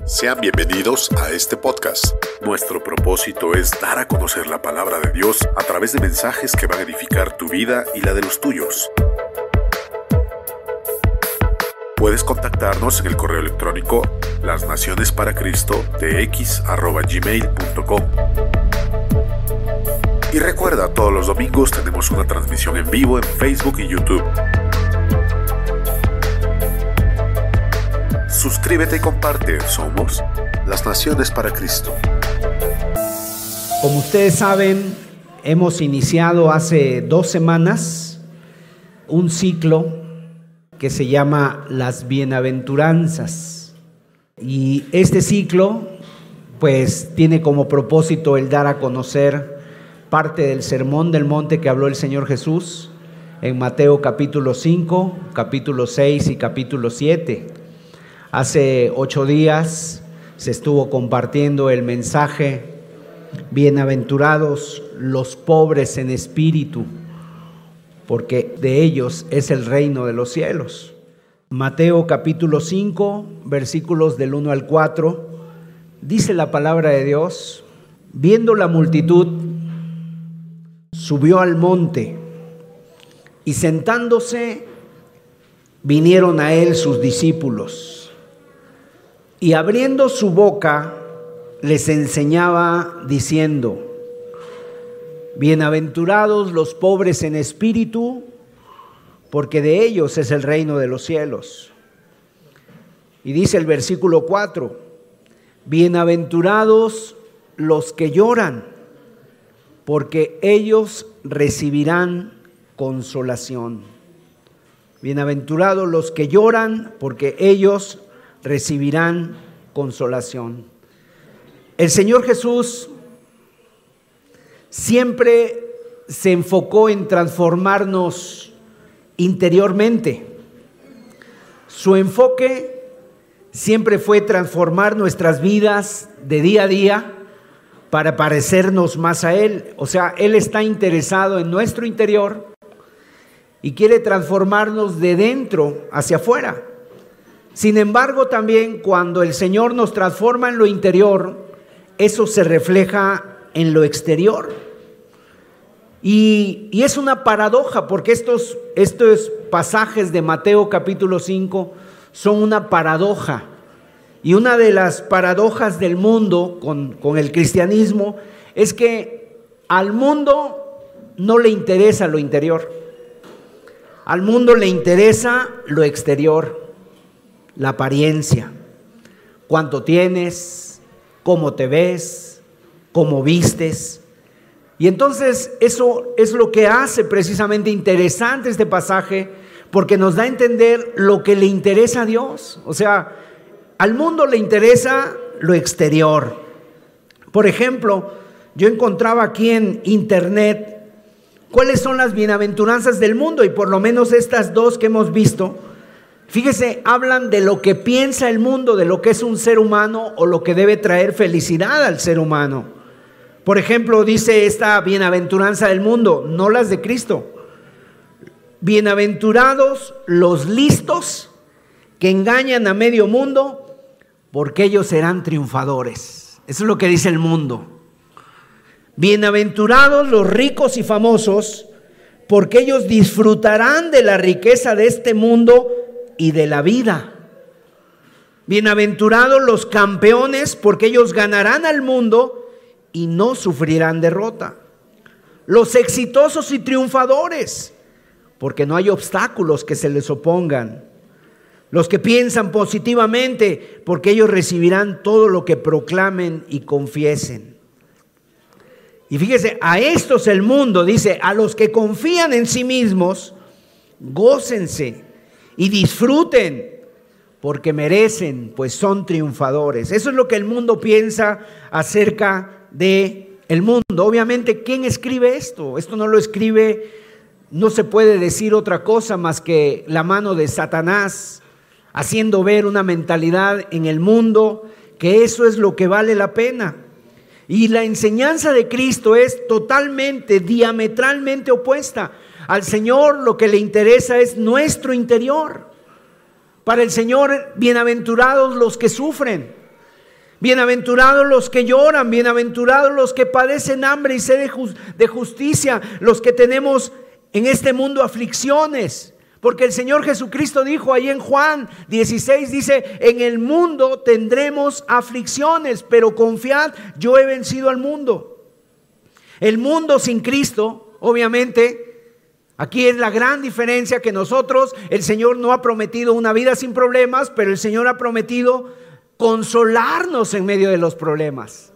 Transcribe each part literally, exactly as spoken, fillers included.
Sean bienvenidos a este podcast. Nuestro propósito es dar a conocer la palabra de Dios a través de mensajes que van a edificar tu vida y la de los tuyos. Puedes contactarnos en el correo electrónico lasnacionesparacristo.tx arroba gmail punto com. Y recuerda, todos los domingos tenemos una transmisión en vivo en Facebook y YouTube. Suscríbete y comparte. Somos Las Naciones para Cristo. Como ustedes saben, hemos iniciado hace dos semanas un ciclo que se llama Las Bienaventuranzas. Y este ciclo, pues, tiene como propósito el dar a conocer parte del Sermón del Monte que habló el Señor Jesús en Mateo capítulo cinco, capítulo seis y capítulo siete. Hace ocho días se estuvo compartiendo el mensaje: bienaventurados los pobres en espíritu, porque de ellos es el reino de los cielos. Mateo capítulo cinco, versículos del uno al cuatro, dice la palabra de Dios: viendo la multitud, subió al monte, y sentándose, vinieron a él sus discípulos. Y abriendo su boca, les enseñaba diciendo: bienaventurados los pobres en espíritu, porque de ellos es el reino de los cielos. Y dice el versículo cuatro: bienaventurados los que lloran, porque ellos recibirán consolación. Bienaventurados los que lloran, porque ellos recibirán consolación. El Señor Jesús siempre se enfocó en transformarnos interiormente. Su enfoque siempre fue transformar nuestras vidas de día a día para parecernos más a Él. O sea, Él está interesado en nuestro interior y quiere transformarnos de dentro hacia afuera. Sin embargo, también cuando el Señor nos transforma en lo interior, eso se refleja en lo exterior. Y, y es una paradoja, porque estos, estos pasajes de Mateo capítulo cinco son una paradoja. Y una de las paradojas del mundo con, con el cristianismo es que al mundo no le interesa lo interior. Al mundo le interesa lo exterior. La apariencia, cuánto tienes, cómo te ves, cómo vistes. Y entonces eso es lo que hace precisamente interesante este pasaje, porque nos da a entender lo que le interesa a Dios. O sea, al mundo le interesa lo exterior. Por ejemplo, yo encontraba aquí en internet cuáles son las bienaventuranzas del mundo, y por lo menos estas dos que hemos visto, fíjese, hablan de lo que piensa el mundo, de lo que es un ser humano o lo que debe traer felicidad al ser humano. Por ejemplo, dice esta bienaventuranza del mundo, no las de Cristo: bienaventurados los listos que engañan a medio mundo, porque ellos serán triunfadores. Eso es lo que dice el mundo. Bienaventurados los ricos y famosos, porque ellos disfrutarán de la riqueza de este mundo y de la vida. Bienaventurados los campeones, porque ellos ganarán al mundo y no sufrirán derrota. Los exitosos y triunfadores, porque no hay obstáculos que se les opongan. Los que piensan positivamente, porque ellos recibirán todo lo que proclamen y confiesen. Y fíjese, a estos el mundo dice: a los que confían en sí mismos, gócense y disfruten, porque merecen, pues son triunfadores. Eso es lo que el mundo piensa acerca de el mundo. Obviamente, ¿quién escribe esto? Esto no lo escribe, no se puede decir otra cosa más que la mano de Satanás, haciendo ver una mentalidad en el mundo, que eso es lo que vale la pena. Y la enseñanza de Cristo es totalmente, diametralmente opuesta. Al Señor lo que le interesa es nuestro interior. Para el Señor, bienaventurados los que sufren. Bienaventurados los que lloran, bienaventurados los que padecen hambre y sed de justicia, los que tenemos en este mundo aflicciones. Porque el Señor Jesucristo dijo ahí en Juan dieciséis, dice: en el mundo tendremos aflicciones, pero confiad, yo he vencido al mundo. El mundo sin Cristo, obviamente, aquí es la gran diferencia, que nosotros, el Señor no ha prometido una vida sin problemas, pero el Señor ha prometido consolarnos en medio de los problemas.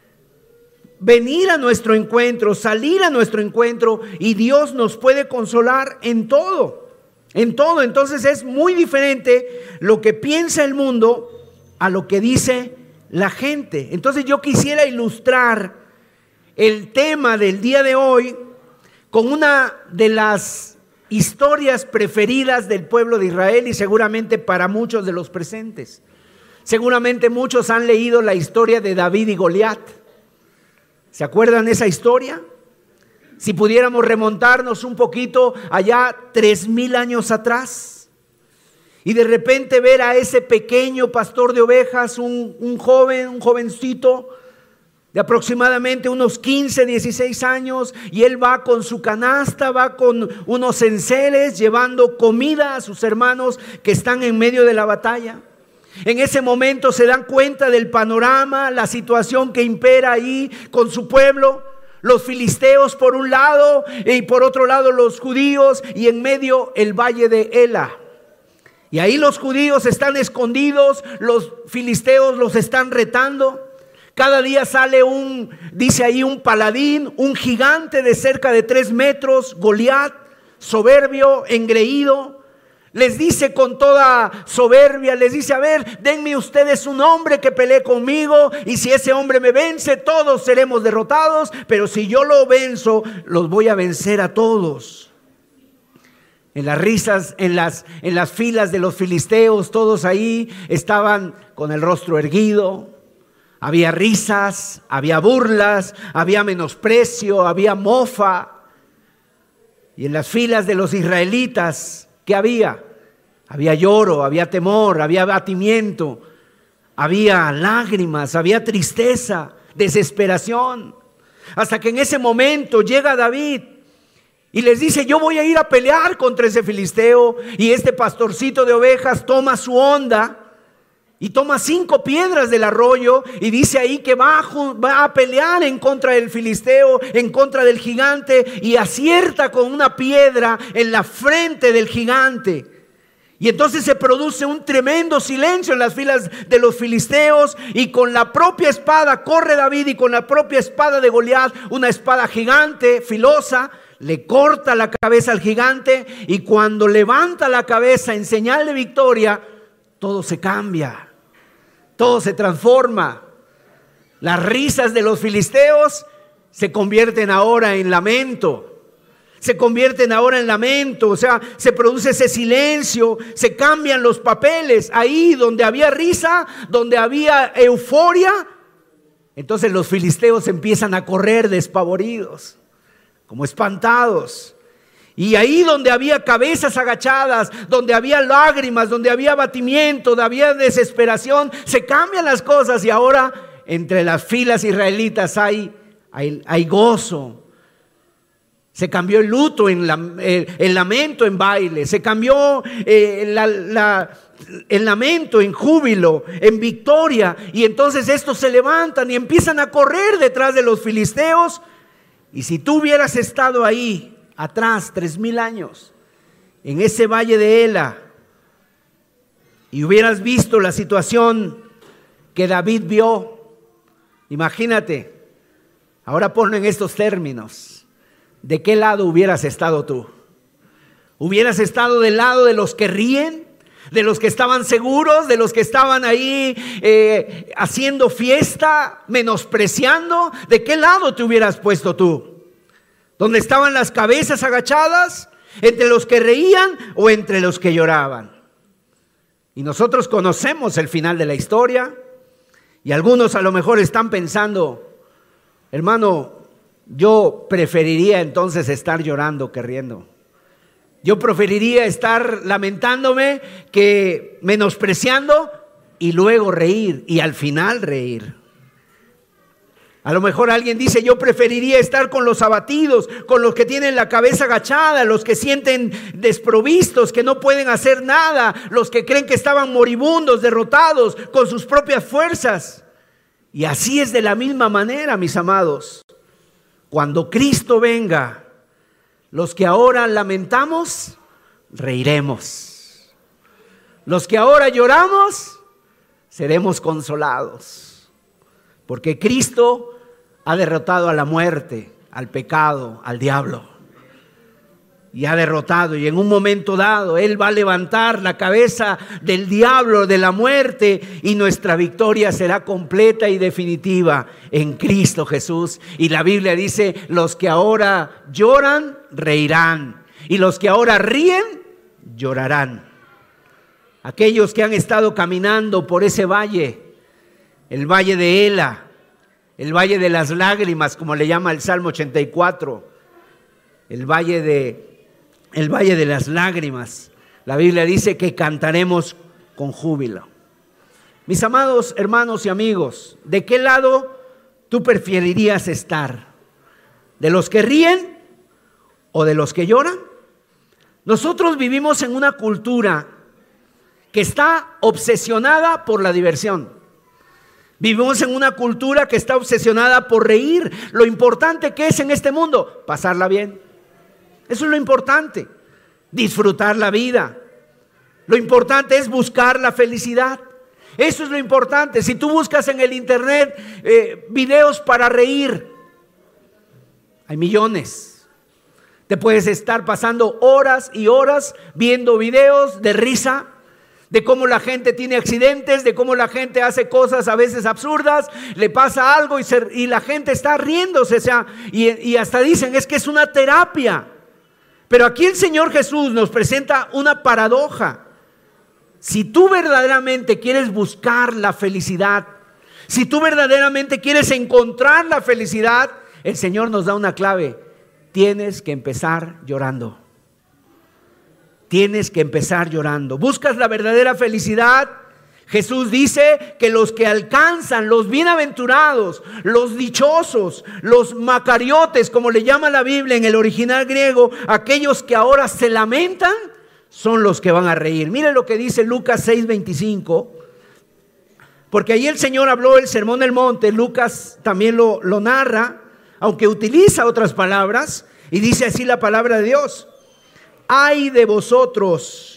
Venir a nuestro encuentro, salir a nuestro encuentro, y Dios nos puede consolar en todo. En todo. Entonces es muy diferente lo que piensa el mundo a lo que dice la gente. Entonces yo quisiera ilustrar el tema del día de hoy con una de las historias preferidas del pueblo de Israel, y seguramente para muchos de los presentes. Seguramente muchos han leído la historia de David y Goliat. ¿Se acuerdan de esa historia? Si pudiéramos remontarnos un poquito allá tres mil años atrás, y de repente ver a ese pequeño pastor de ovejas, un, un joven, un jovencito de aproximadamente unos quince, dieciséis años, y él va con su canasta, va con unos enseres llevando comida a sus hermanos que están en medio de la batalla. En ese momento se dan cuenta del panorama, la situación que impera ahí con su pueblo. Los filisteos por un lado y por otro lado los judíos, y en medio el valle de Ela. Y ahí los judíos están escondidos, los filisteos los están retando. Cada día sale un, dice ahí, un paladín, un gigante de cerca de tres metros, Goliat, soberbio, engreído. Les dice con toda soberbia, les dice: a ver, denme ustedes un hombre que pelee conmigo, y si ese hombre me vence, todos seremos derrotados, pero si yo lo venzo, los voy a vencer a todos. En las risas, en las, en las filas de los filisteos, todos ahí estaban con el rostro erguido. Había risas, había burlas, había menosprecio, había mofa. Y en las filas de los israelitas, ¿qué había? Había lloro, había temor, había abatimiento, había lágrimas, había tristeza, desesperación. Hasta que en ese momento llega David y les dice: yo voy a ir a pelear contra ese filisteo. Y este pastorcito de ovejas toma su honda y toma cinco piedras del arroyo, y dice ahí que va, va a pelear en contra del filisteo, en contra del gigante, y acierta con una piedra en la frente del gigante. Y entonces se produce un tremendo silencio en las filas de los filisteos, y con la propia espada corre David, y con la propia espada de Goliat, una espada gigante, filosa, le corta la cabeza al gigante, y cuando levanta la cabeza en señal de victoria, todo se cambia, todo se transforma. Las risas de los filisteos se convierten ahora en lamento. Se convierten ahora en lamento, o sea, se produce ese silencio, se cambian los papeles. Ahí donde había risa, donde había euforia, entonces los filisteos empiezan a correr despavoridos, como espantados. Y ahí donde había cabezas agachadas, donde había lágrimas, donde había abatimiento, donde había desesperación, se cambian las cosas, y ahora entre las filas israelitas hay, hay, hay gozo. Se cambió el luto en la, el, el lamento en baile, se cambió eh, la, la, el lamento en júbilo, en victoria. Y entonces estos se levantan y empiezan a correr detrás de los filisteos. Y si tú hubieras estado ahí atrás tres mil años, en ese valle de Ela, y hubieras visto la situación que David vio, imagínate, ahora ponlo en estos términos: ¿de qué lado hubieras estado tú? ¿Hubieras estado del lado de los que ríen? ¿De los que estaban seguros? ¿De los que estaban ahí eh, haciendo fiesta, menospreciando? ¿De qué lado te hubieras puesto tú? ¿Dónde estaban las cabezas agachadas? ¿Entre los que reían o entre los que lloraban? Y nosotros conocemos el final de la historia, y algunos a lo mejor están pensando: hermano, yo preferiría entonces estar llorando que riendo. Yo preferiría estar lamentándome que menospreciando y luego reír y al final reír. A lo mejor alguien dice, yo preferiría estar con los abatidos, con los que tienen la cabeza agachada, los que sienten desprovistos, que no pueden hacer nada, los que creen que estaban moribundos, derrotados con sus propias fuerzas. Y así es de la misma manera, mis amados. Cuando Cristo venga, los que ahora lamentamos, reiremos. Los que ahora lloramos, seremos consolados. Porque Cristo ha derrotado a la muerte, al pecado, al diablo. Y ha derrotado, y en un momento dado Él va a levantar la cabeza del diablo, de la muerte, y nuestra victoria será completa y definitiva en Cristo Jesús. Y la Biblia dice, los que ahora lloran, reirán, y los que ahora ríen, llorarán. Aquellos que han estado caminando por ese valle, el valle de Ela, el valle de las lágrimas, como le llama el Salmo ochenta y cuatro, el valle de, el valle de las lágrimas. La Biblia dice que cantaremos con júbilo. Mis amados hermanos y amigos, ¿de qué lado tú preferirías estar? ¿De los que ríen o de los que lloran? Nosotros vivimos en una cultura que está obsesionada por la diversión. Vivimos en una cultura que está obsesionada por reír. Lo importante que es en este mundo, pasarla bien. Eso es lo importante. Disfrutar la vida. Lo importante es buscar la felicidad. Eso es lo importante. Si tú buscas en el internet eh, videos para reír, hay millones. Te puedes estar pasando horas y horas viendo videos de risa, de cómo la gente tiene accidentes, de cómo la gente hace cosas a veces absurdas, le pasa algo y, se, y la gente está riéndose, o sea, y, y hasta dicen, es que es una terapia. Pero aquí el Señor Jesús nos presenta una paradoja. Si tú verdaderamente quieres buscar la felicidad, si tú verdaderamente quieres encontrar la felicidad, el Señor nos da una clave: tienes que empezar llorando. Tienes que empezar llorando. ¿Buscas la verdadera felicidad? Jesús dice que los que alcanzan, los bienaventurados, los dichosos, los macariotes, como le llama la Biblia en el original griego, aquellos que ahora se lamentan, son los que van a reír. Mire lo que dice Lucas seis veinticinco, porque ahí el Señor habló el sermón del monte. Lucas también lo, lo narra, aunque utiliza otras palabras, y dice así la palabra de Dios: ay de vosotros,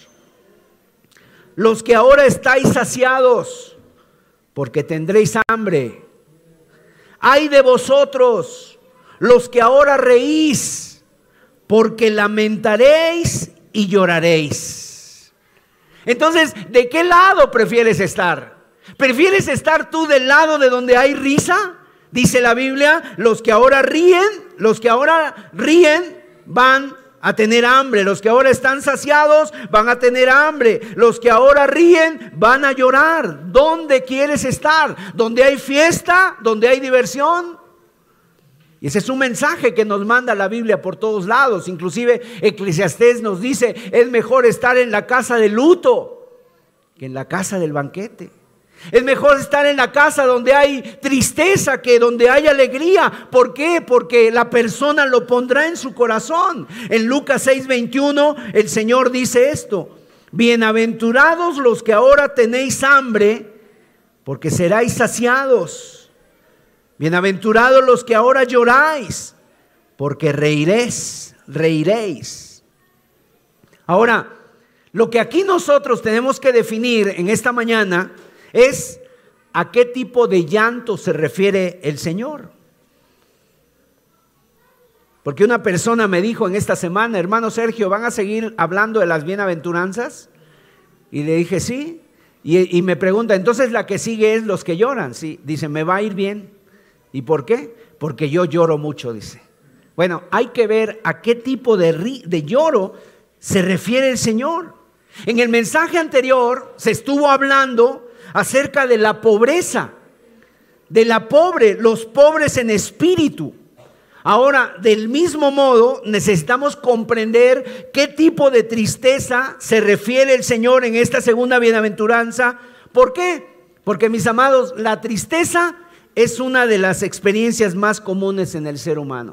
los que ahora estáis saciados, porque tendréis hambre. Ay de vosotros, los que ahora reís, porque lamentaréis y lloraréis. Entonces, ¿de qué lado prefieres estar? ¿Prefieres estar tú del lado de donde hay risa? Dice la Biblia, los que ahora ríen, los que ahora ríen van a tener hambre. Los que ahora están saciados van a tener hambre. Los que ahora ríen van a llorar. ¿Dónde quieres estar? ¿Donde hay fiesta? ¿Donde hay diversión? Y ese es un mensaje que nos manda la Biblia por todos lados. Inclusive Eclesiastés nos dice: es mejor estar en la casa de luto que en la casa del banquete. Es mejor estar en la casa donde hay tristeza que donde hay alegría. ¿Por qué? Porque la persona lo pondrá en su corazón. En Lucas seis veintiuno el Señor dice esto: bienaventurados los que ahora tenéis hambre, porque seráis saciados. Bienaventurados los que ahora lloráis, porque reiréis, reiréis. Ahora, lo que aquí nosotros tenemos que definir en esta mañana es a qué tipo de llanto se refiere el Señor. Porque una persona me dijo en esta semana: hermano Sergio, ¿van a seguir hablando de las bienaventuranzas? Y le dije sí. Y, y me pregunta: entonces la que sigue es los que lloran. Sí, dice, me va a ir bien. ¿Y por qué? Porque yo lloro mucho, dice. Bueno, hay que ver a qué tipo de, ri- de lloro se refiere el Señor. En el mensaje anterior se estuvo hablando acerca de la pobreza, de la pobre, los pobres en espíritu. Ahora, del mismo modo, necesitamos comprender qué tipo de tristeza se refiere el Señor en esta segunda bienaventuranza, ¿Por qué? Porque, mis amados, la tristeza es una de las experiencias más comunes en el ser humano.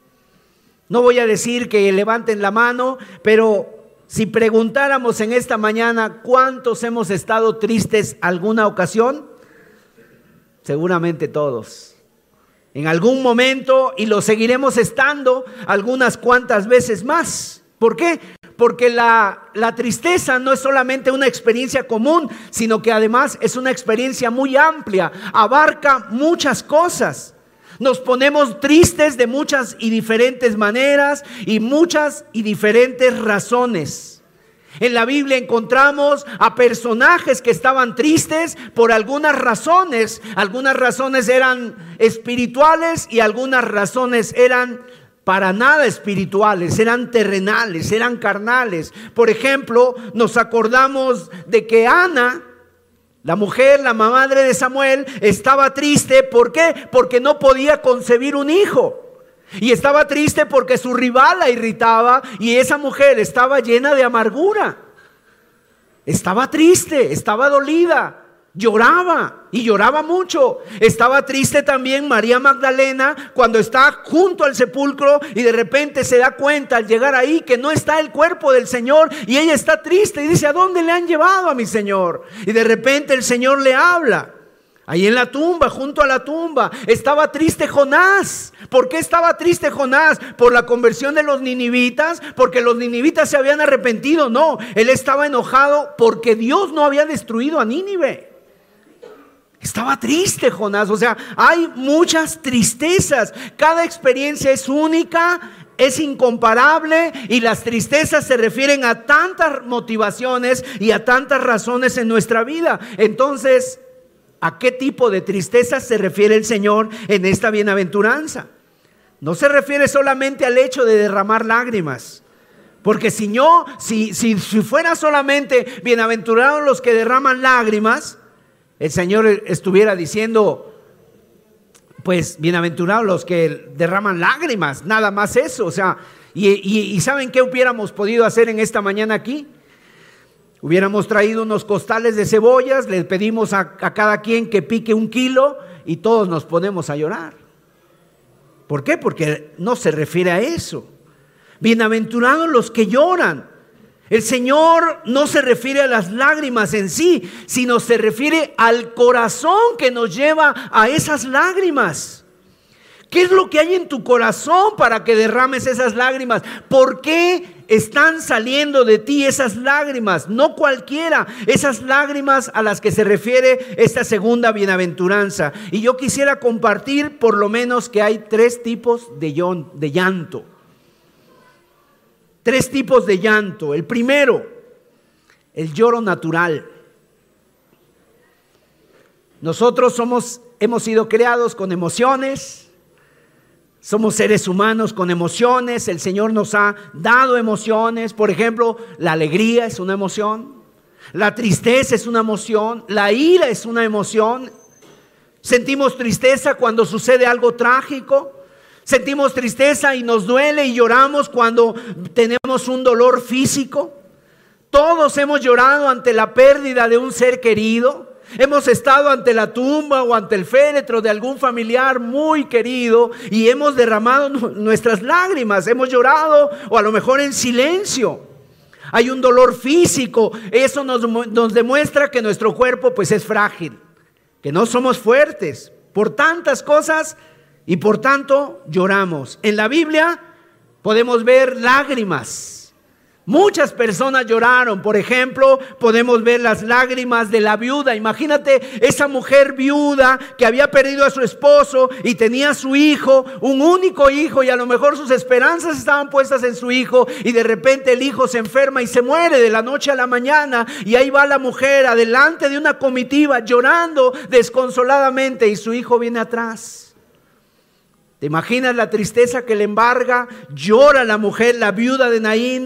No voy a decir que levanten la mano, pero si preguntáramos en esta mañana cuántos hemos estado tristes alguna ocasión, seguramente todos. En algún momento, y lo seguiremos estando algunas cuantas veces más. ¿Por qué? Porque la, la tristeza no es solamente una experiencia común, sino que además es una experiencia muy amplia, abarca muchas cosas. Nos ponemos tristes de muchas y diferentes maneras y muchas y diferentes razones. En la Biblia encontramos a personajes que estaban tristes por algunas razones. Algunas razones eran espirituales y algunas razones eran para nada espirituales, eran terrenales, eran carnales. Por ejemplo, nos acordamos de que Ana, la mujer, la madre de Samuel, estaba triste. ¿Por qué? Porque no podía concebir un hijo. Y estaba triste porque su rival la irritaba y esa mujer estaba llena de amargura. Estaba triste, estaba dolida, lloraba y lloraba mucho. Estaba triste también María Magdalena cuando está junto al sepulcro y de repente se da cuenta al llegar ahí que no está el cuerpo del Señor y ella está triste y dice: ¿a dónde le han llevado a mi Señor? Y de repente el Señor le habla. Ahí en la tumba, junto a la tumba, estaba triste Jonás. ¿Por qué estaba triste Jonás? ¿Por la conversión de los ninivitas? ¿Porque los ninivitas se habían arrepentido? No, él estaba enojado porque Dios no había destruido a Nínive. Estaba triste Jonás. O sea, hay muchas tristezas. Cada experiencia es única, es incomparable, y las tristezas se refieren a tantas motivaciones y a tantas razones en nuestra vida. Entonces, ¿a qué tipo de tristeza se refiere el Señor en esta bienaventuranza? No se refiere solamente al hecho de derramar lágrimas, porque si no, si, si, si fuera solamente bienaventurados los que derraman lágrimas, el Señor estuviera diciendo, pues bienaventurados los que derraman lágrimas, nada más eso. O sea, y, y, y ¿saben qué hubiéramos podido hacer en esta mañana aquí? Hubiéramos traído unos costales de cebollas, le pedimos a, a cada quien que pique un kilo y todos nos ponemos a llorar. ¿Por qué? Porque no se refiere a eso. Bienaventurados los que lloran. El Señor no se refiere a las lágrimas en sí, sino se refiere al corazón que nos lleva a esas lágrimas. ¿Qué es lo que hay en tu corazón para que derrames esas lágrimas? ¿Por qué están saliendo de ti esas lágrimas? No cualquiera, esas lágrimas a las que se refiere esta segunda bienaventuranza. Y yo quisiera compartir por lo menos que hay tres tipos de, llanto, de llanto. Tres tipos de llanto. El primero, el lloro natural. Nosotros somos, hemos sido creados con emociones. Somos seres humanos con emociones. El Señor nos ha dado emociones. Por ejemplo, la alegría es una emoción. La tristeza es una emoción. La ira es una emoción. Sentimos tristeza cuando sucede algo trágico. Sentimos tristeza y nos duele y lloramos cuando tenemos un dolor físico. Todos hemos llorado ante la pérdida de un ser querido. Hemos estado ante la tumba o ante el féretro de algún familiar muy querido y hemos derramado nuestras lágrimas, hemos llorado, o a lo mejor en silencio. Hay un dolor físico. Eso nos, nos demuestra que nuestro cuerpo pues es frágil, que no somos fuertes por tantas cosas y por tanto lloramos. En la Biblia podemos ver lágrimas. Muchas personas lloraron. Por ejemplo, podemos ver las lágrimas de la viuda. Imagínate esa mujer viuda que había perdido a su esposo y tenía a su hijo, un único hijo, y a lo mejor sus esperanzas estaban puestas en su hijo, y de repente el hijo se enferma y se muere de la noche a la mañana, y ahí va la mujer adelante de una comitiva llorando desconsoladamente y su hijo viene atrás. ¿Te imaginas la tristeza que le embarga? Llora la mujer, la viuda de Naín.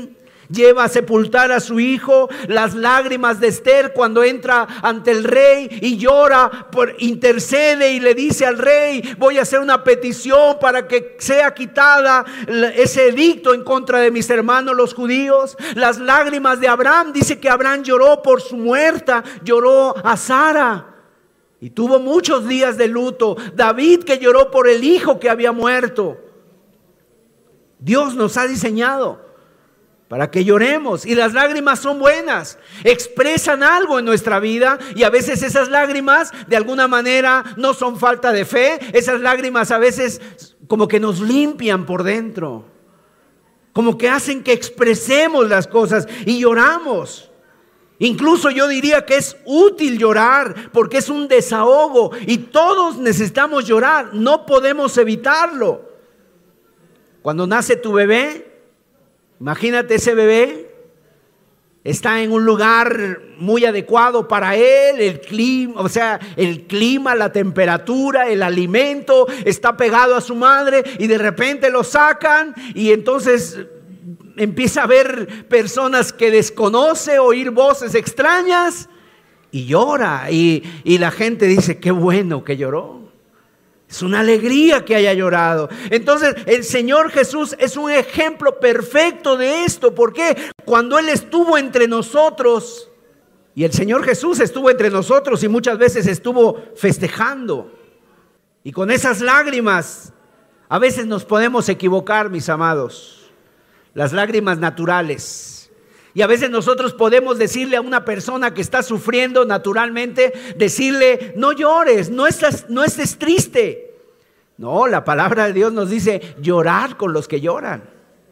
lleva a sepultar a su hijo, las lágrimas de Esther cuando entra ante el rey y llora, por, intercede y le dice al rey: voy a hacer una petición para que sea quitada ese edicto en contra de mis hermanos los judíos. Las lágrimas de Abraham, dice que Abraham lloró por su muerta, lloró a Sara y tuvo muchos días de luto. David, que lloró por el hijo que había muerto. Dios nos ha diseñado para que lloremos, y las lágrimas son buenas, expresan algo en nuestra vida, y a veces esas lágrimas de alguna manera no son falta de fe. Esas lágrimas a veces como que nos limpian por dentro, como que hacen que expresemos las cosas y lloramos. Incluso yo diría que es útil llorar porque es un desahogo y todos necesitamos llorar, no podemos evitarlo. Cuando nace tu bebé, imagínate, ese bebé está en un lugar muy adecuado para él, el clima, o sea, el clima, la temperatura, el alimento, está pegado a su madre y de repente lo sacan y entonces empieza a ver personas que desconoce, oír voces extrañas y llora, y, y la gente dice: qué bueno que lloró. Es una alegría que haya llorado. Entonces el Señor Jesús es un ejemplo perfecto de esto. ¿Por qué? Cuando Él estuvo entre nosotros, y el Señor Jesús estuvo entre nosotros y muchas veces estuvo festejando, y con esas lágrimas a veces nos podemos equivocar, mis amados, las lágrimas naturales. Y a veces nosotros podemos decirle a una persona que está sufriendo naturalmente, decirle: no llores, no estés, no estés triste. No, la palabra de Dios nos dice llorar con los que lloran.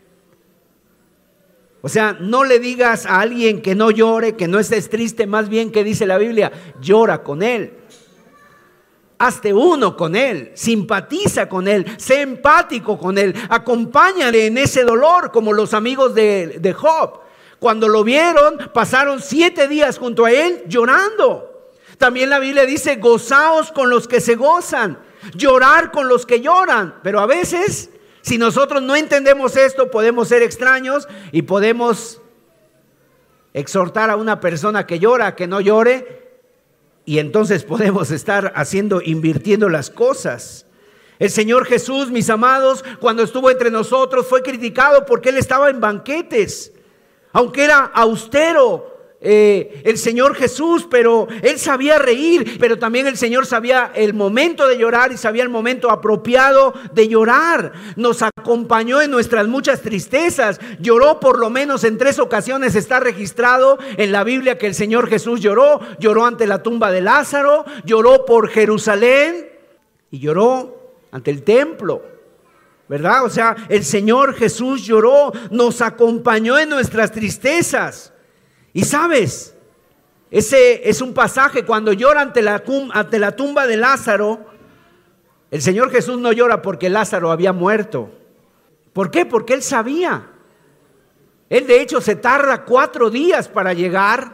O sea, no le digas a alguien que no llore, que no estés triste, más bien, que dice la Biblia: llora con él. Hazte uno con él, simpatiza con él, sé empático con él, acompáñale en ese dolor, como los amigos de, de Job. Cuando lo vieron, pasaron siete días junto a él llorando. También la Biblia dice: gozaos con los que se gozan, llorar con los que lloran. Pero a veces, si nosotros no entendemos esto, podemos ser extraños y podemos exhortar a una persona que llora a que no llore, y entonces podemos estar haciendo, invirtiendo las cosas. El Señor Jesús, mis amados, cuando estuvo entre nosotros, fue criticado porque Él estaba en banquetes. Aunque era austero eh, el Señor Jesús, pero Él sabía reír, pero también el Señor sabía el momento de llorar y sabía el momento apropiado de llorar. Nos acompañó en nuestras muchas tristezas. Lloró por lo menos en tres ocasiones, está registrado en la Biblia que el Señor Jesús lloró. Lloró ante la tumba de Lázaro, lloró por Jerusalén y lloró ante el templo, ¿verdad? O sea, el Señor Jesús lloró, nos acompañó en nuestras tristezas. Y sabes, ese es un pasaje cuando llora ante la, ante la tumba de Lázaro. El Señor Jesús no llora porque Lázaro había muerto. ¿Por qué? Porque Él sabía. Él de hecho se tarda cuatro días para llegar,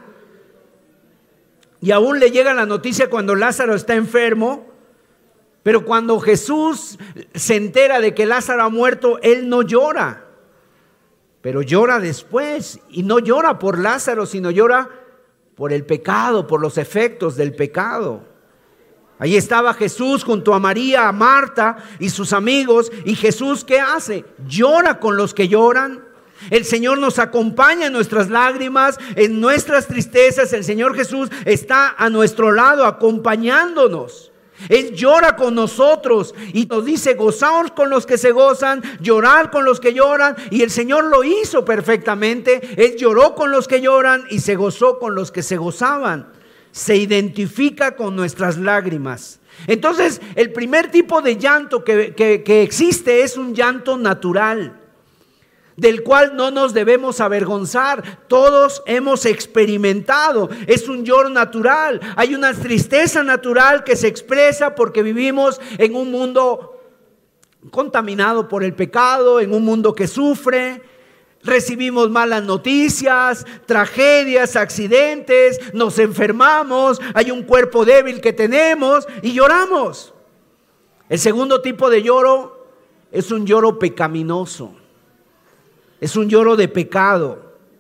y aún le llega la noticia cuando Lázaro está enfermo. Pero cuando Jesús se entera de que Lázaro ha muerto, Él no llora, pero llora después, y no llora por Lázaro, sino llora por el pecado, por los efectos del pecado. Ahí estaba Jesús junto a María, a Marta y sus amigos, y Jesús, ¿qué hace? Llora con los que lloran. El Señor nos acompaña en nuestras lágrimas, en nuestras tristezas. El Señor Jesús está a nuestro lado acompañándonos. Él llora con nosotros y nos dice: gozaos con los que se gozan, llorar con los que lloran. Y el Señor lo hizo perfectamente. Él lloró con los que lloran y se gozó con los que se gozaban. Se identifica con nuestras lágrimas. Entonces, el primer tipo de llanto que, que, que existe es un llanto natural, del cual no nos debemos avergonzar. Todos hemos experimentado. Es un lloro natural. Hay una tristeza natural que se expresa porque vivimos en un mundo contaminado por el pecado, en un mundo que sufre. Recibimos malas noticias, tragedias, accidentes, nos enfermamos, hay un cuerpo débil que tenemos y lloramos. El segundo tipo de lloro es un lloro pecaminoso. Es un lloro de pecado.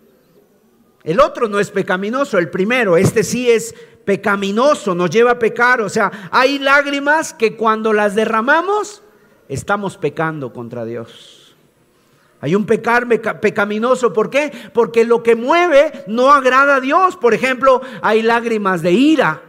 El otro no es pecaminoso, el primero, este sí es pecaminoso, nos lleva a pecar. O sea, hay lágrimas que cuando las derramamos, estamos pecando contra Dios. Hay un pecar pecaminoso, ¿por qué? Porque lo que mueve no agrada a Dios. Por ejemplo, hay lágrimas de ira,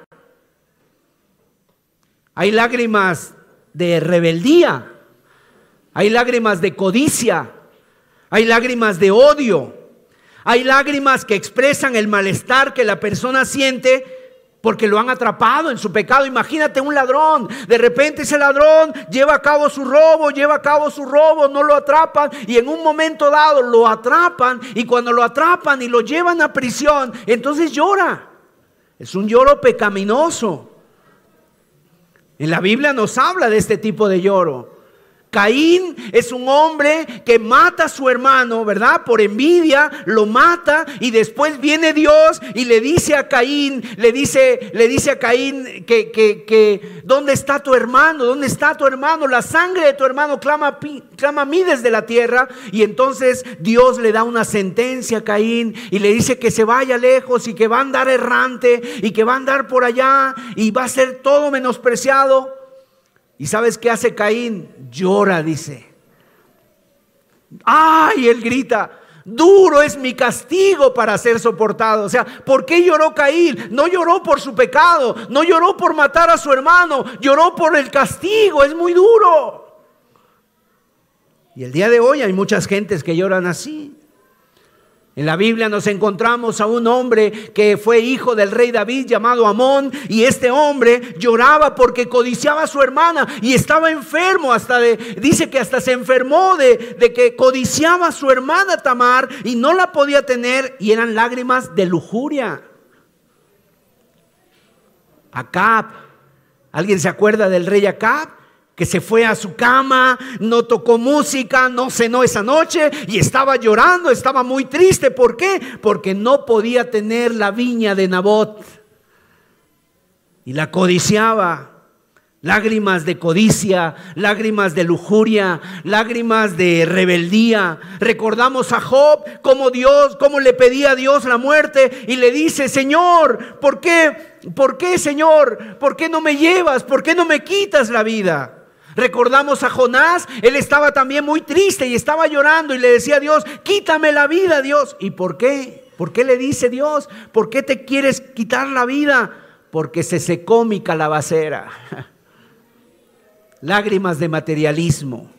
hay lágrimas de rebeldía, hay lágrimas de codicia, hay lágrimas de odio, hay lágrimas que expresan el malestar que la persona siente porque lo han atrapado en su pecado. Imagínate un ladrón, de repente ese ladrón lleva a cabo su robo, lleva a cabo su robo, no lo atrapan y en un momento dado lo atrapan, y cuando lo atrapan y lo llevan a prisión, entonces llora. Es un lloro pecaminoso. En la Biblia nos habla de este tipo de lloro. Caín es un hombre que mata a su hermano, ¿verdad? Por envidia, lo mata, y después viene Dios y le dice a Caín, le dice, le dice a Caín que, que, que ¿dónde está tu hermano? ¿Dónde está tu hermano? La sangre de tu hermano clama, clama a mí desde la tierra. Y entonces Dios le da una sentencia a Caín y le dice que se vaya lejos y que va a andar errante y que va a andar por allá y va a ser todo menospreciado. ¿Y sabes qué hace Caín? Llora, dice. ¡Ay! Él grita: duro es mi castigo para ser soportado. O sea, ¿por qué lloró Caín? No lloró por su pecado, no lloró por matar a su hermano, lloró por el castigo. Es muy duro. Y el día de hoy hay muchas gentes que lloran así. En la Biblia nos encontramos a un hombre que fue hijo del rey David llamado Amón, y este hombre lloraba porque codiciaba a su hermana y estaba enfermo, hasta de, dice que hasta se enfermó de, de que codiciaba a su hermana Tamar y no la podía tener, y eran lágrimas de lujuria. Acab, ¿alguien se acuerda del rey Acab? Que se fue a su cama, no tocó música, no cenó esa noche y estaba llorando, estaba muy triste. ¿Por qué? Porque no podía tener la viña de Nabot y la codiciaba. Lágrimas de codicia, lágrimas de lujuria, lágrimas de rebeldía. Recordamos a Job, cómo Dios, cómo le pedía a Dios la muerte y le dice: Señor, ¿por qué? ¿Por qué, Señor? ¿Por qué no me llevas? ¿Por qué no me quitas la vida? Recordamos a Jonás, él estaba también muy triste y estaba llorando y le decía a Dios: quítame la vida, Dios. ¿Y por qué? ¿Por qué le dice Dios? ¿Por qué te quieres quitar la vida? Porque se secó mi calabacera. Lágrimas de materialismo.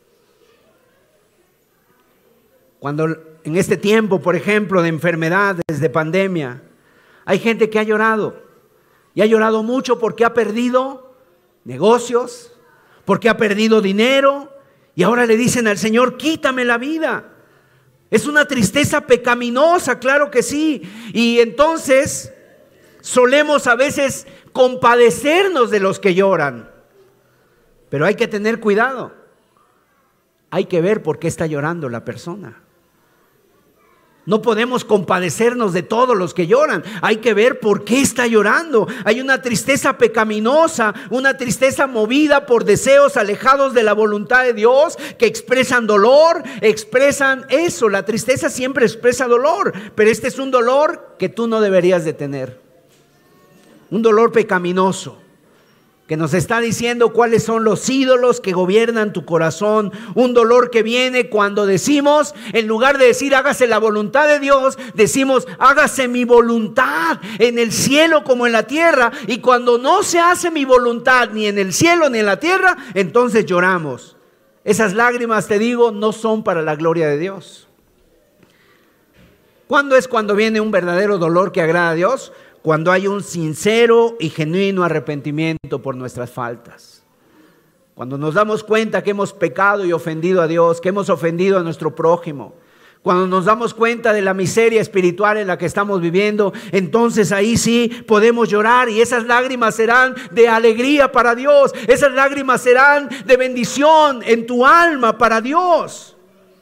Cuando en este tiempo, por ejemplo, de enfermedades, de pandemia, hay gente que ha llorado y ha llorado mucho porque ha perdido negocios, porque ha perdido dinero, y ahora le dicen al Señor: quítame la vida. Es una tristeza pecaminosa, claro que sí. Y entonces solemos a veces compadecernos de los que lloran, pero hay que tener cuidado. Hay que ver por qué está llorando la persona. No podemos compadecernos de todos los que lloran. Hay que ver por qué está llorando. Hay una tristeza pecaminosa, una tristeza movida por deseos alejados de la voluntad de Dios, que expresan dolor, expresan eso. La tristeza siempre expresa dolor, pero este es un dolor que tú no deberías de tener. Un dolor pecaminoso, que nos está diciendo cuáles son los ídolos que gobiernan tu corazón. Un dolor que viene cuando decimos, en lugar de decir hágase la voluntad de Dios, decimos hágase mi voluntad en el cielo como en la tierra. Y cuando no se hace mi voluntad ni en el cielo ni en la tierra, entonces lloramos. Esas lágrimas, te digo, no son para la gloria de Dios. ¿Cuándo es cuando viene un verdadero dolor que agrada a Dios? Cuando hay un sincero y genuino arrepentimiento por nuestras faltas. Cuando nos damos cuenta que hemos pecado y ofendido a Dios, que hemos ofendido a nuestro prójimo. Cuando nos damos cuenta de la miseria espiritual en la que estamos viviendo, entonces ahí sí podemos llorar, y esas lágrimas serán de alegría para Dios. Esas lágrimas serán de bendición en tu alma para Dios.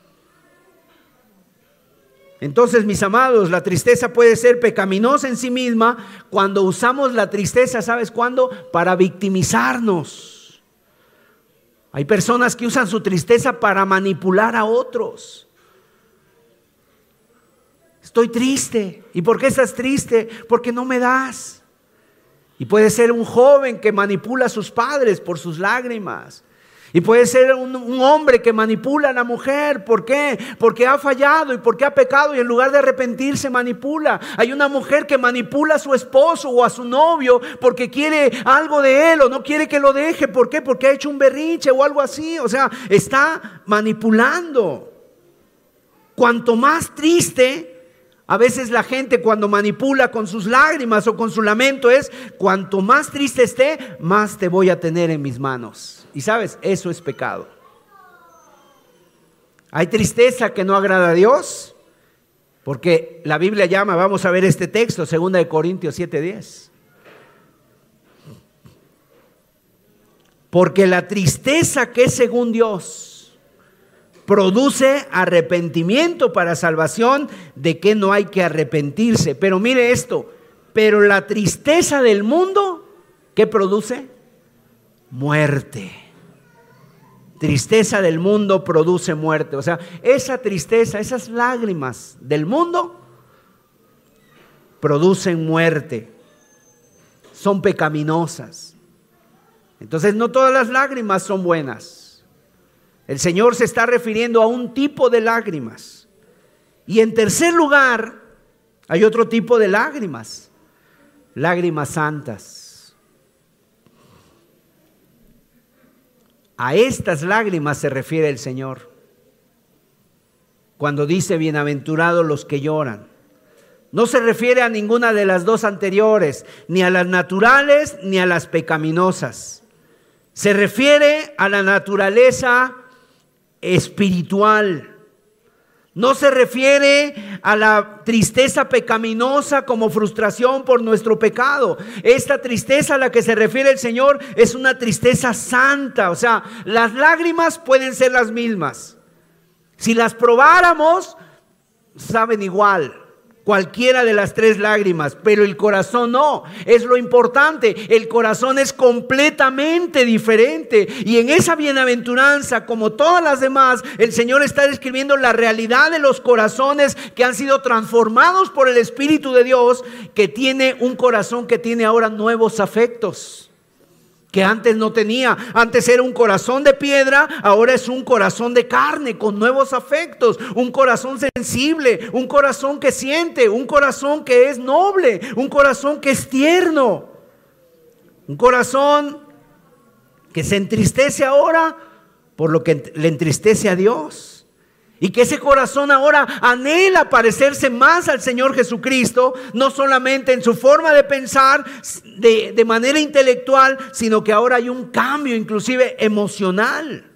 Entonces, mis amados, la tristeza puede ser pecaminosa en sí misma cuando usamos la tristeza, ¿sabes cuándo? Para victimizarnos. Hay personas que usan su tristeza para manipular a otros. Estoy triste. ¿Y por qué estás triste? Porque no me das. Y puede ser un joven que manipula a sus padres por sus lágrimas. Y puede ser un, un hombre que manipula a la mujer. ¿Por qué? Porque ha fallado y porque ha pecado y en lugar de arrepentirse manipula. Hay una mujer que manipula a su esposo o a su novio porque quiere algo de él o no quiere que lo deje. ¿Por qué? Porque ha hecho un berrinche o algo así. O sea, está manipulando. Cuanto más triste, a veces la gente cuando manipula con sus lágrimas o con su lamento es, cuanto más triste esté, más te voy a tener en mis manos. Y sabes, eso es pecado. Hay tristeza que no agrada a Dios, porque la Biblia llama, vamos a ver este texto, segunda de Corintios siete diez. Porque la tristeza que es según Dios produce arrepentimiento para salvación, de que no hay que arrepentirse. Pero mire esto, pero la tristeza del mundo, ¿qué produce? Muerte. Tristeza del mundo produce muerte. O sea, esa tristeza, esas lágrimas del mundo producen muerte. Son pecaminosas. Entonces no todas las lágrimas son buenas. El Señor se está refiriendo a un tipo de lágrimas. Y en tercer lugar, hay otro tipo de lágrimas. Lágrimas santas. A estas lágrimas se refiere el Señor cuando dice bienaventurados los que lloran. No se refiere a ninguna de las dos anteriores, ni a las naturales ni a las pecaminosas. Se refiere a la naturaleza espiritual. No se refiere a la tristeza pecaminosa como frustración por nuestro pecado. Esta tristeza a la que se refiere el Señor es una tristeza santa. O sea, las lágrimas pueden ser las mismas. Si las probáramos, saben igual. Cualquiera de las tres lágrimas, pero el corazón no, es lo importante. El corazón es completamente diferente. Y en esa bienaventuranza, como todas las demás, el Señor está describiendo la realidad de los corazones que han sido transformados por el Espíritu de Dios, que tiene un corazón que tiene ahora nuevos afectos que antes no tenía. Antes era un corazón de piedra, ahora es un corazón de carne con nuevos afectos, un corazón sensible, un corazón que siente, un corazón que es noble, un corazón que es tierno, un corazón que se entristece ahora por lo que le entristece a Dios. Y que ese corazón ahora anhela parecerse más al Señor Jesucristo, no solamente en su forma de pensar de, de manera intelectual, sino que ahora hay un cambio inclusive emocional.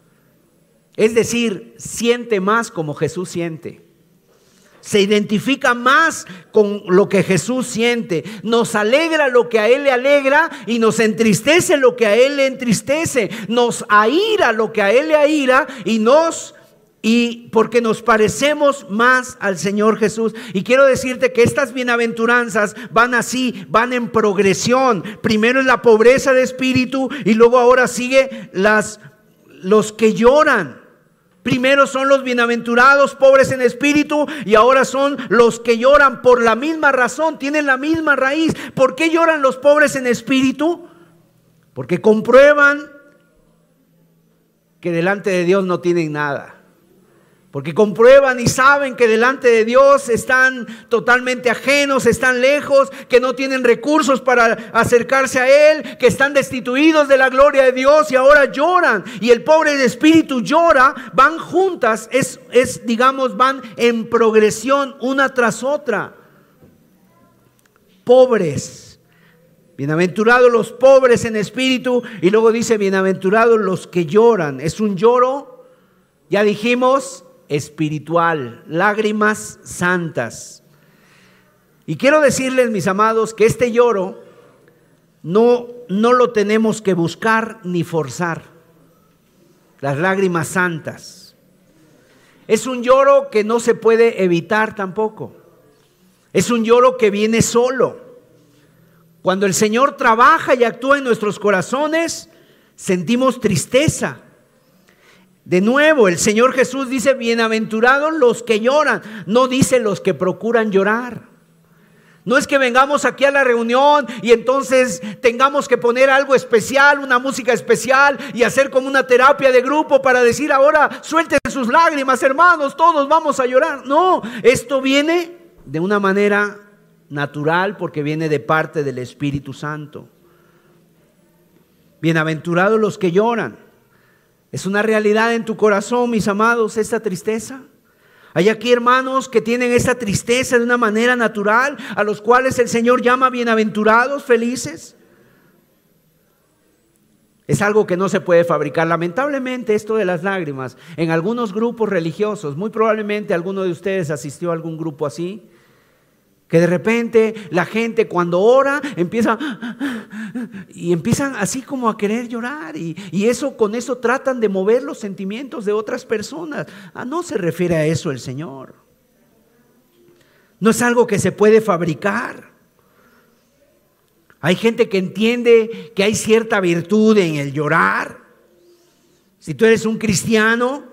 Es decir, siente más como Jesús siente. Se identifica más con lo que Jesús siente. Nos alegra lo que a Él le alegra y nos entristece lo que a Él le entristece. Nos aira lo que a Él le aira y nos... Y porque nos parecemos más al Señor Jesús. Y quiero decirte que estas bienaventuranzas van así, van en progresión. Primero es la pobreza de espíritu y luego ahora sigue las, los que lloran. Primero son los bienaventurados pobres en espíritu y ahora son los que lloran por la misma razón, tienen la misma raíz. ¿Por qué lloran los pobres en espíritu? Porque comprueban que delante de Dios no tienen nada. Porque comprueban y saben que delante de Dios están totalmente ajenos, están lejos, que no tienen recursos para acercarse a Él, que están destituidos de la gloria de Dios y ahora lloran. Y el pobre de espíritu llora, van juntas, es, es digamos, van en progresión una tras otra. Pobres, bienaventurados los pobres en espíritu, y luego dice bienaventurados los que lloran. Es un lloro, ya dijimos, espiritual, lágrimas santas. Y quiero decirles, mis amados, que este lloro no, no lo tenemos que buscar ni forzar. Las lágrimas santas. Es un lloro que no se puede evitar tampoco. Es un lloro que viene solo. Cuando el Señor trabaja y actúa en nuestros corazones, sentimos tristeza. De nuevo, el Señor Jesús dice, bienaventurados los que lloran, no dice los que procuran llorar. No es que vengamos aquí a la reunión y entonces tengamos que poner algo especial, una música especial y hacer como una terapia de grupo para decir ahora suelten sus lágrimas, hermanos, todos vamos a llorar. No, esto viene de una manera natural porque viene de parte del Espíritu Santo. Bienaventurados los que lloran. ¿Es una realidad en tu corazón, mis amados, esta tristeza? Hay aquí hermanos que tienen esta tristeza de una manera natural, a los cuales el Señor llama bienaventurados, felices. Es algo que no se puede fabricar. Lamentablemente esto de las lágrimas, en algunos grupos religiosos, muy probablemente alguno de ustedes asistió a algún grupo así, que de repente la gente cuando ora empieza y empiezan así como a querer llorar y, y eso con eso tratan de mover los sentimientos de otras personas. Ah, no se refiere a eso el Señor. No es algo que se puede fabricar. Hay gente que entiende que hay cierta virtud en el llorar. Si tú eres un cristiano,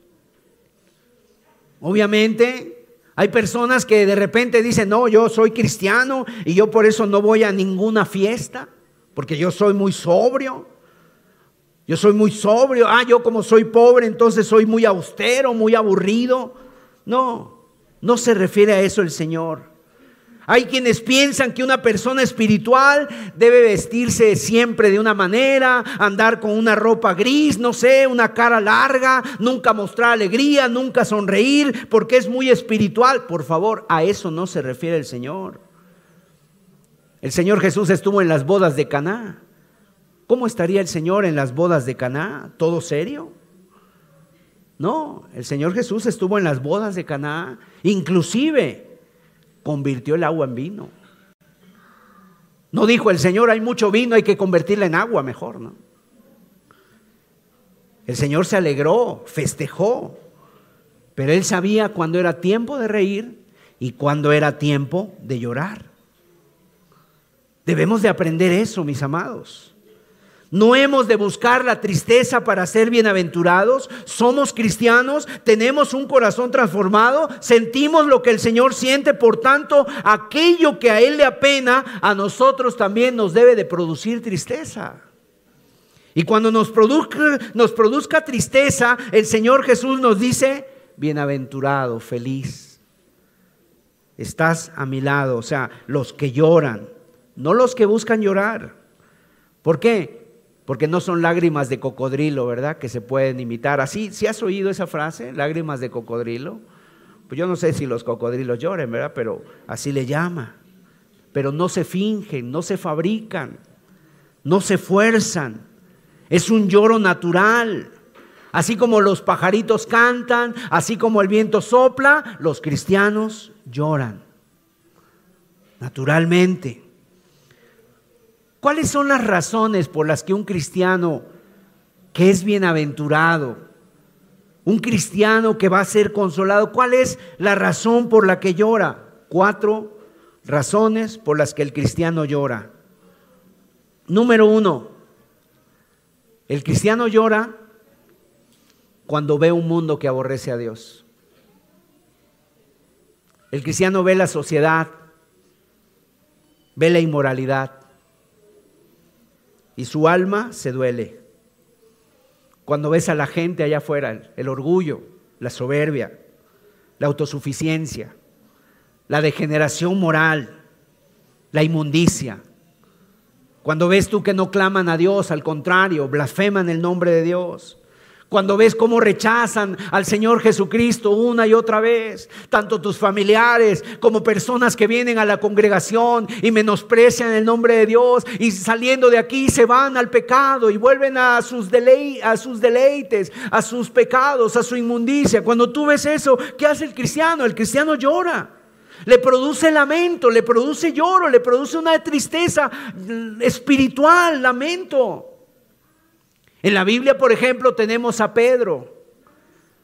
obviamente hay personas que de repente dicen, no, yo soy cristiano y yo por eso no voy a ninguna fiesta, porque yo soy muy sobrio. Yo soy muy sobrio. Ah, yo como soy pobre, entonces soy muy austero, muy aburrido. No, no se refiere a eso el Señor. Hay quienes piensan que una persona espiritual debe vestirse siempre de una manera, andar con una ropa gris, no sé, una cara larga, nunca mostrar alegría, nunca sonreír, porque es muy espiritual. Por favor, a eso no se refiere el Señor. El Señor Jesús estuvo en las bodas de Caná. ¿Cómo estaría el Señor en las bodas de Caná? ¿Todo serio? No, el Señor Jesús estuvo en las bodas de Caná, inclusive convirtió el agua en vino. No dijo el Señor, hay mucho vino, hay que convertirla en agua mejor, ¿no? El Señor se alegró, festejó, pero Él sabía cuándo era tiempo de reír y cuándo era tiempo de llorar. Debemos de aprender eso, mis amados. No hemos de buscar la tristeza para ser bienaventurados. Somos cristianos, tenemos un corazón transformado, sentimos lo que el Señor siente, por tanto, aquello que a Él le apena, a nosotros también nos debe de producir tristeza. Y cuando nos produzca, nos produzca tristeza, el Señor Jesús nos dice, bienaventurado, feliz. Estás a mi lado, o sea, los que lloran, no los que buscan llorar. ¿Por qué? Porque no son lágrimas de cocodrilo, ¿verdad? Que se pueden imitar. Así, ¿sí has oído esa frase? Lágrimas de cocodrilo. Pues yo no sé si los cocodrilos lloren, ¿verdad? Pero así le llama. Pero no se fingen, no se fabrican, no se fuerzan. Es un lloro natural. Así como los pajaritos cantan, así como el viento sopla, los cristianos lloran. Naturalmente. ¿Cuáles son las razones por las que un cristiano que es bienaventurado, un cristiano que va a ser consolado, cuál es la razón por la que llora? Cuatro razones por las que el cristiano llora. Número uno, el cristiano llora cuando ve un mundo que aborrece a Dios. El cristiano ve la sociedad, ve la inmoralidad. Y su alma se duele. Cuando ves a la gente allá afuera, el, el orgullo, la soberbia, la autosuficiencia, la degeneración moral, la inmundicia. Cuando ves tú que no claman a Dios, al contrario, blasfeman el nombre de Dios. Cuando ves cómo rechazan al Señor Jesucristo una y otra vez, tanto tus familiares como personas que vienen a la congregación y menosprecian el nombre de Dios y saliendo de aquí se van al pecado y vuelven a sus, delei- a sus deleites, a sus pecados, a su inmundicia. Cuando tú ves eso, ¿qué hace el cristiano? El cristiano llora. Le produce lamento, le produce lloro, le produce una tristeza espiritual, lamento. En la Biblia, por ejemplo, tenemos a Pedro.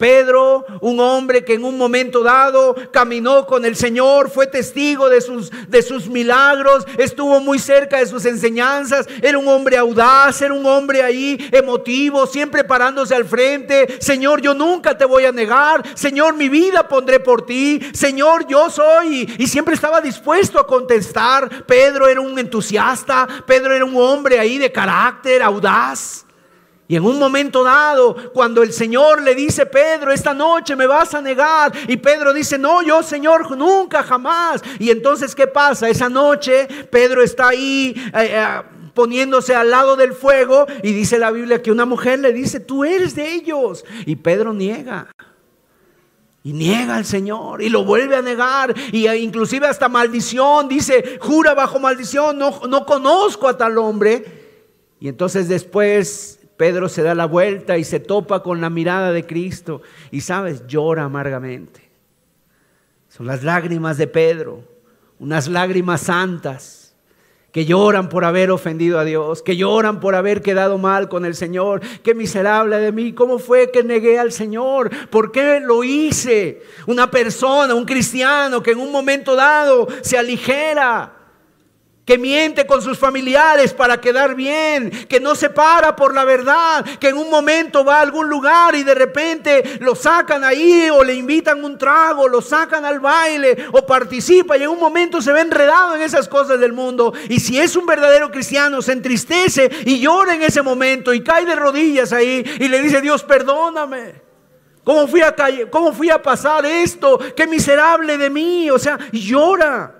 Pedro, un hombre que en un momento dado caminó con el Señor, fue testigo de sus, de sus milagros, estuvo muy cerca de sus enseñanzas, era un hombre audaz, era un hombre ahí emotivo, siempre parándose al frente. Señor, yo nunca te voy a negar. Señor, mi vida pondré por ti. Señor, yo soy. Y siempre estaba dispuesto a contestar. Pedro era un entusiasta, Pedro era un hombre ahí de carácter, audaz. Y en un momento dado, cuando el Señor le dice: Pedro, esta noche me vas a negar, y Pedro dice: no, yo, Señor, nunca, jamás. Y entonces, ¿qué pasa? Esa noche Pedro está ahí eh, eh, poniéndose al lado del fuego, y dice la Biblia que una mujer le dice: tú eres de ellos. Y Pedro niega. Y niega al Señor y lo vuelve a negar, y inclusive hasta maldición, dice, jura bajo maldición, no, no conozco a tal hombre. Y entonces después Pedro se da la vuelta y se topa con la mirada de Cristo, y sabes, llora amargamente. Son las lágrimas de Pedro, unas lágrimas santas, que lloran por haber ofendido a Dios, que lloran por haber quedado mal con el Señor. Qué miserable de mí, ¿cómo fue que negué al Señor? ¿Por qué lo hice? Una persona, un cristiano que en un momento dado se aligera, que miente con sus familiares para quedar bien, que no se para por la verdad, que en un momento va a algún lugar y de repente lo sacan ahí, o le invitan un trago, lo sacan al baile, o participa, y en un momento se ve enredado en esas cosas del mundo. Y si es un verdadero cristiano, se entristece y llora en ese momento y cae de rodillas ahí y le dice: Dios, perdóname. ¿Cómo fui a, cómo fui a pasar esto? Qué miserable de mí. O sea, llora.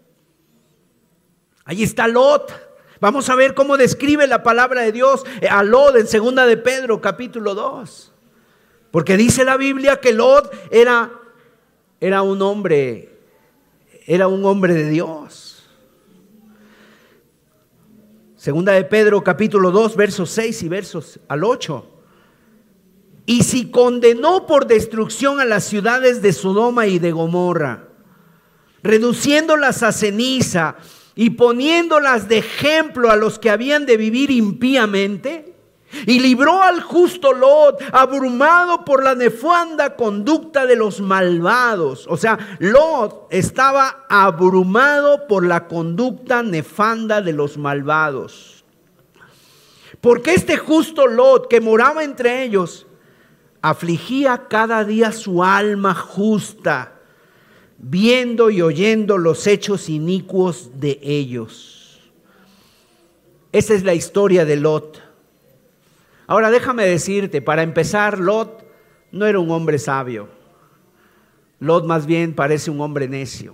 Ahí está Lot. Vamos a ver cómo describe la palabra de Dios a Lot en segunda de Pedro capítulo dos. Porque dice la Biblia que Lot era, era un hombre, era un hombre de Dios. Segunda de Pedro capítulo dos, versos seis y versos al ocho. Y si condenó por destrucción a las ciudades de Sodoma y de Gomorra, reduciéndolas a ceniza y poniéndolas de ejemplo a los que habían de vivir impíamente, y libró al justo Lot, abrumado por la nefanda conducta de los malvados. O sea, Lot estaba abrumado por la conducta nefanda de los malvados. Porque este justo Lot, que moraba entre ellos, afligía cada día su alma justa, viendo y oyendo los hechos inicuos de ellos. Esa es la historia de Lot. Ahora déjame decirte, para empezar, Lot no era un hombre sabio. Lot más bien parece un hombre necio.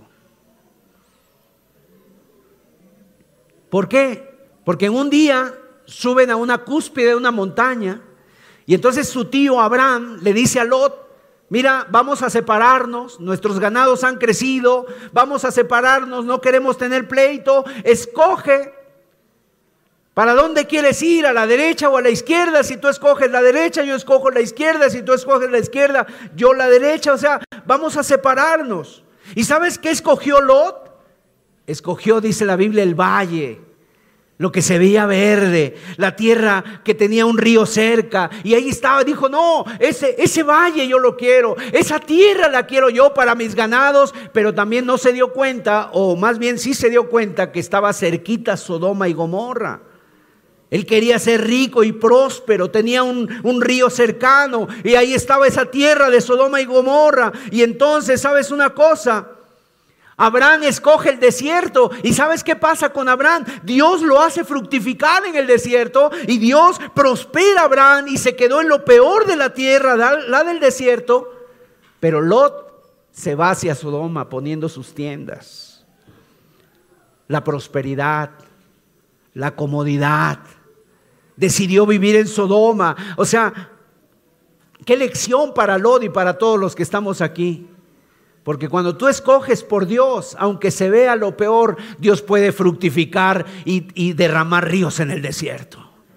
¿Por qué? Porque en un día suben a una cúspide de una montaña, y entonces su tío Abraham le dice a Lot: mira, vamos a separarnos, nuestros ganados han crecido, vamos a separarnos, no queremos tener pleito, escoge para dónde quieres ir, a la derecha o a la izquierda. Si tú escoges la derecha, yo escojo la izquierda; si tú escoges la izquierda, yo la derecha. O sea, vamos a separarnos. ¿Y sabes qué escogió Lot? Escogió, dice la Biblia, el valle, lo que se veía verde, la tierra que tenía un río cerca, y ahí estaba. Dijo: no, ese, ese valle yo lo quiero, esa tierra la quiero yo para mis ganados. Pero también no se dio cuenta, o más bien sí se dio cuenta, que estaba cerquita Sodoma y Gomorra. Él quería ser rico y próspero, tenía un, un río cercano, y ahí estaba esa tierra de Sodoma y Gomorra. Y entonces, ¿sabes una cosa? Abraham escoge el desierto. ¿Y sabes qué pasa con Abraham? Dios lo hace fructificar en el desierto, y Dios prospera a Abraham, y se quedó en lo peor de la tierra, la del desierto. Pero Lot se va hacia Sodoma poniendo sus tiendas. La prosperidad, la comodidad. Decidió vivir en Sodoma. O sea, qué lección para Lot y para todos los que estamos aquí. Porque cuando tú escoges por Dios, aunque se vea lo peor, Dios puede fructificar y, y derramar ríos en el desierto.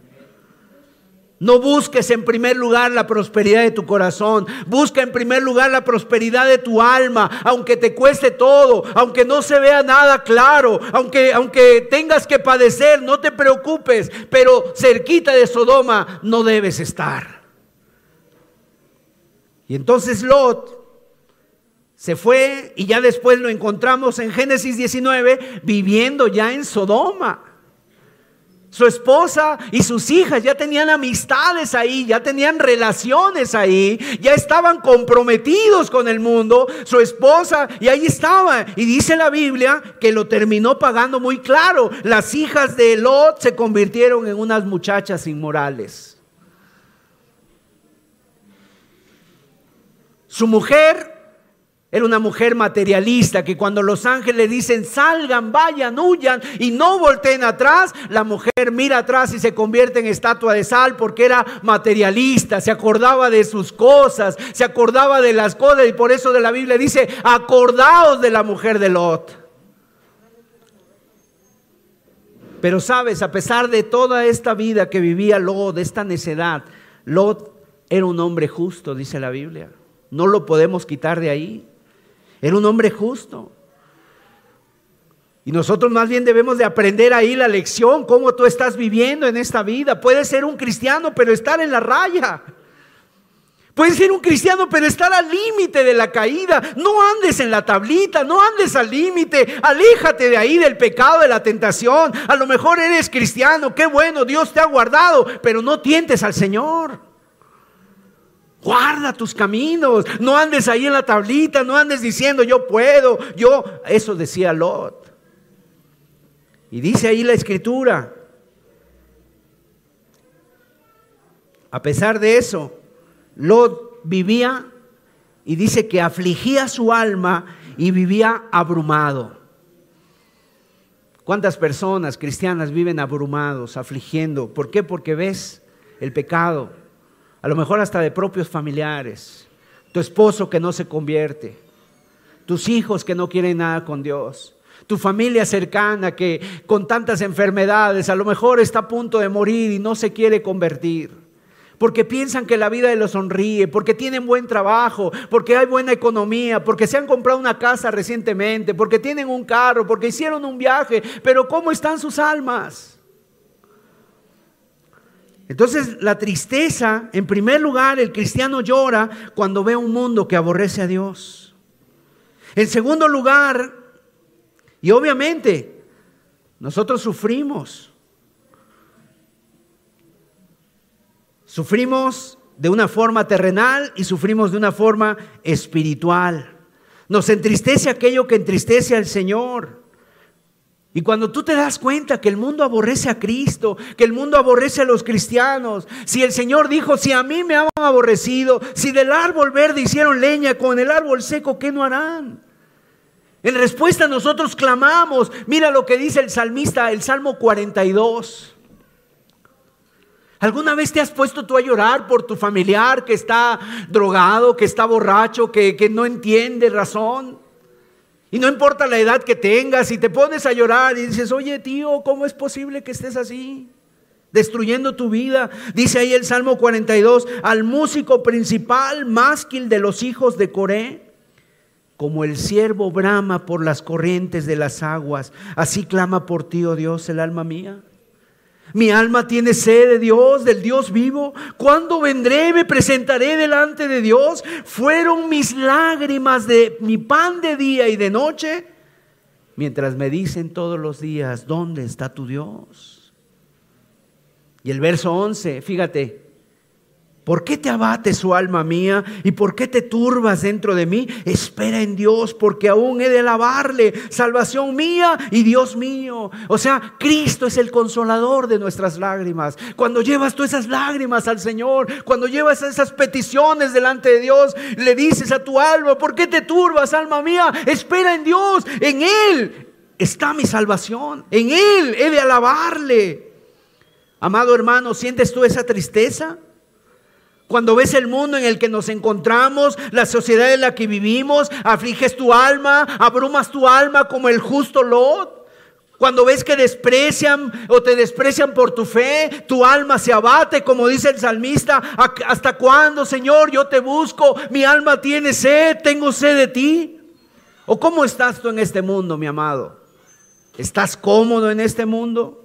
No busques en primer lugar la prosperidad de tu corazón. Busca en primer lugar la prosperidad de tu alma, aunque te cueste todo, aunque no se vea nada claro, aunque, aunque tengas que padecer, no te preocupes. Pero cerquita de Sodoma no debes estar. Y entonces Lot se fue y ya después lo encontramos en Génesis diecinueve viviendo ya en Sodoma. Su esposa y sus hijas ya tenían amistades ahí, ya tenían relaciones ahí, ya estaban comprometidos con el mundo, su esposa, y ahí estaba. Y dice la Biblia que lo terminó pagando muy claro. Las hijas de Lot se convirtieron en unas muchachas inmorales. Su mujer era una mujer materialista que cuando los ángeles dicen salgan, vayan, huyan y no volteen atrás, la mujer mira atrás y se convierte en estatua de sal porque era materialista, se acordaba de sus cosas, se acordaba de las cosas, y por eso de la Biblia dice, acordaos de la mujer de Lot. Pero sabes, a pesar de toda esta vida que vivía Lot, de esta necedad, Lot era un hombre justo, dice la Biblia. No lo podemos quitar de ahí. Era un hombre justo. Y nosotros más bien debemos de aprender ahí la lección, cómo tú estás viviendo en esta vida. Puedes ser un cristiano pero estar en la raya. Puedes ser un cristiano pero estar al límite de la caída. No andes en la tablita, no andes al límite. Aléjate de ahí del pecado, de la tentación. A lo mejor eres cristiano, qué bueno, Dios te ha guardado, pero no tientes al Señor. Guarda tus caminos, no andes ahí en la tablita, no andes diciendo yo puedo, yo, eso decía Lot. Y dice ahí la escritura, a pesar de eso, Lot vivía y dice que afligía su alma y vivía abrumado. ¿Cuántas personas cristianas viven abrumados, afligiendo? ¿Por qué? Porque ves el pecado. A lo mejor hasta de propios familiares, tu esposo que no se convierte, tus hijos que no quieren nada con Dios, tu familia cercana que con tantas enfermedades a lo mejor está a punto de morir y no se quiere convertir, porque piensan que la vida los sonríe, porque tienen buen trabajo, porque hay buena economía, porque se han comprado una casa recientemente, porque tienen un carro, porque hicieron un viaje, pero ¿cómo están sus almas? Entonces la tristeza, en primer lugar, el cristiano llora cuando ve un mundo que aborrece a Dios. En segundo lugar, y obviamente, nosotros sufrimos. Sufrimos de una forma terrenal y sufrimos de una forma espiritual. Nos entristece aquello que entristece al Señor. Y cuando tú te das cuenta que el mundo aborrece a Cristo, que el mundo aborrece a los cristianos, si el Señor dijo, si a mí me han aborrecido, si del árbol verde hicieron leña, con el árbol seco, ¿qué no harán? En respuesta nosotros clamamos. Mira lo que dice el salmista, el Salmo cuarenta y dos. ¿Alguna vez te has puesto tú a llorar por tu familiar que está drogado, que está borracho, que, que no entiende razón? Y no importa la edad que tengas, y te pones a llorar y dices, oye tío, ¿cómo es posible que estés así? Destruyendo tu vida. Dice ahí el Salmo cuarenta y dos, al músico principal, másquil de los hijos de Coré, como el ciervo brama por las corrientes de las aguas, así clama por ti, oh Dios, el alma mía. Mi alma tiene sed de Dios, del Dios vivo. ¿Cuándo vendré? Me presentaré delante de Dios. Fueron mis lágrimas de mi pan de día y de noche, mientras me dicen todos los días, ¿dónde está tu Dios? Y el verso once, fíjate, ¿por qué te abates, oh alma mía? ¿Y por qué te turbas dentro de mí? Espera en Dios, porque aún he de alabarle, salvación mía y Dios mío. O sea, Cristo es el consolador de nuestras lágrimas. Cuando llevas tú esas lágrimas al Señor, cuando llevas esas peticiones delante de Dios, le dices a tu alma, ¿por qué te turbas, alma mía? Espera en Dios, en Él está mi salvación, en Él he de alabarle. Amado hermano, ¿sientes tú esa tristeza? Cuando ves el mundo en el que nos encontramos, la sociedad en la que vivimos, afliges tu alma, abrumas tu alma como el justo Lot. Cuando ves que desprecian o te desprecian por tu fe, tu alma se abate, como dice el salmista, ¿hasta cuándo, Señor, yo te busco? Mi alma tiene sed, tengo sed de ti. ¿O cómo estás tú en este mundo, mi amado? ¿Estás cómodo en este mundo?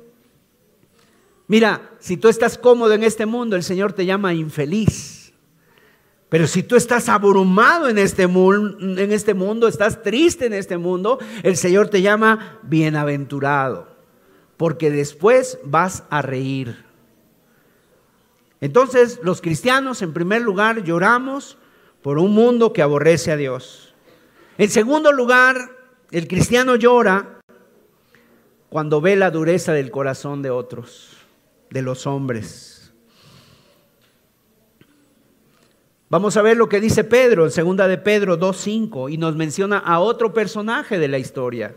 Mira, si tú estás cómodo en este mundo, el Señor te llama infeliz. Pero si tú estás abrumado en este, mundo, en este mundo, estás triste en este mundo, el Señor te llama bienaventurado, porque después vas a reír. Entonces, los cristianos, en primer lugar, lloramos por un mundo que aborrece a Dios. En segundo lugar, el cristiano llora cuando ve la dureza del corazón de otros, de los hombres. Vamos a ver lo que dice Pedro en segunda de Pedro dos cinco y nos menciona a otro personaje de la historia.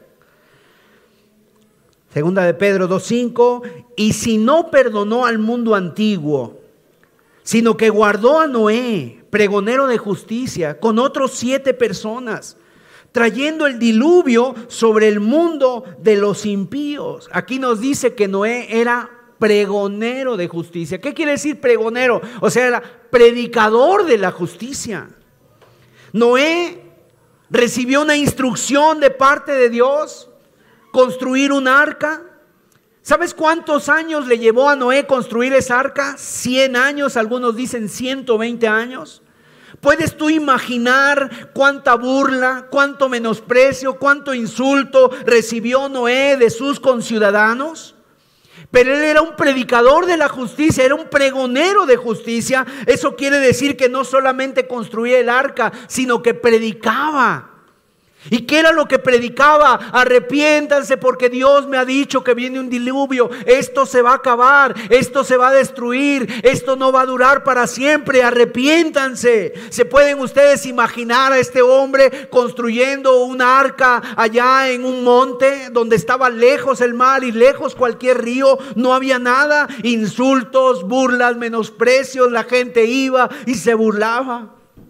Segunda de Pedro dos cinco, y si no perdonó al mundo antiguo, sino que guardó a Noé, pregonero de justicia, con otros siete personas, trayendo el diluvio sobre el mundo de los impíos. Aquí nos dice que Noé era pregonero de justicia. ¿Qué quiere decir pregonero? O sea, era predicador de la justicia. Noé recibió una instrucción de parte de Dios, construir un arca. ¿Sabes cuántos años le llevó a Noé construir esa arca? cien años, algunos dicen ciento veinte años. ¿Puedes tú imaginar cuánta burla, cuánto menosprecio, cuánto insulto recibió Noé de sus conciudadanos? Pero él era un predicador de la justicia, era un pregonero de justicia. Eso quiere decir que no solamente construía el arca, sino que predicaba. ¿Y qué era lo que predicaba? Arrepiéntanse porque Dios me ha dicho que viene un diluvio. Esto se va a acabar, esto se va a destruir, esto no va a durar para siempre. Arrepiéntanse. ¿Se pueden ustedes imaginar a este hombre construyendo una arca allá en un monte donde estaba lejos el mar y lejos cualquier río? No había nada, insultos, burlas, menosprecios. La gente iba y se burlaba.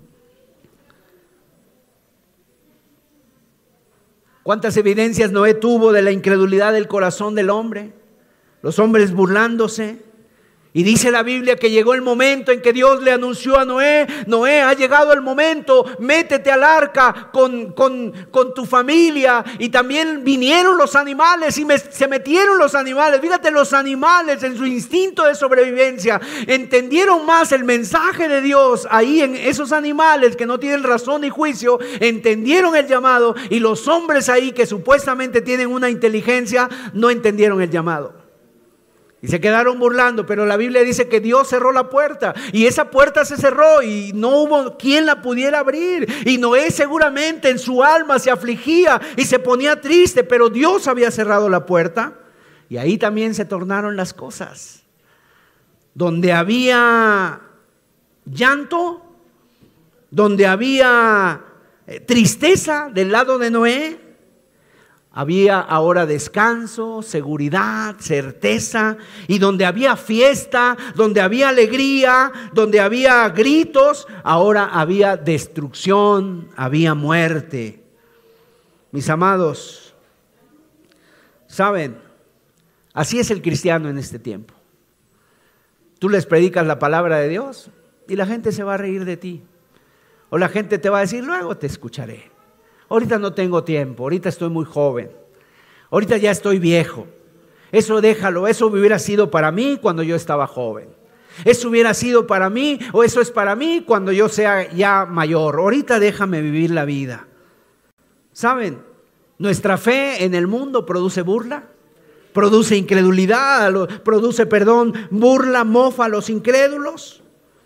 ¿Cuántas evidencias Noé tuvo de la incredulidad del corazón del hombre? Los hombres burlándose. Y dice la Biblia que llegó el momento en que Dios le anunció a Noé: Noé, ha llegado el momento, métete al arca con, con, con tu familia. Y también vinieron los animales y me, se metieron los animales. Fíjate, los animales en su instinto de sobrevivencia entendieron más el mensaje de Dios. Ahí en esos animales que no tienen razón ni juicio, entendieron el llamado. Y los hombres ahí que supuestamente tienen una inteligencia, no entendieron el llamado. Y se quedaron burlando, pero la Biblia dice que Dios cerró la puerta. Y esa puerta se cerró y no hubo quien la pudiera abrir. Y Noé seguramente en su alma se afligía y se ponía triste, pero Dios había cerrado la puerta. Y ahí también se tornaron las cosas. Donde había llanto, donde había tristeza del lado de Noé, había ahora descanso, seguridad, certeza. Y donde había fiesta, donde había alegría, donde había gritos, ahora había destrucción, había muerte. Mis amados, ¿saben? Así es el cristiano en este tiempo. Tú les predicas la palabra de Dios y la gente se va a reír de ti. O la gente te va a decir: luego te escucharé. Ahorita no tengo tiempo, ahorita estoy muy joven, ahorita ya estoy viejo. Eso déjalo, eso hubiera sido para mí cuando yo estaba joven. Eso hubiera sido para mí, o eso es para mí cuando yo sea ya mayor. Ahorita déjame vivir la vida. ¿Saben? Nuestra fe en el mundo produce burla, produce incredulidad, produce, perdón, burla, mofa a los incrédulos.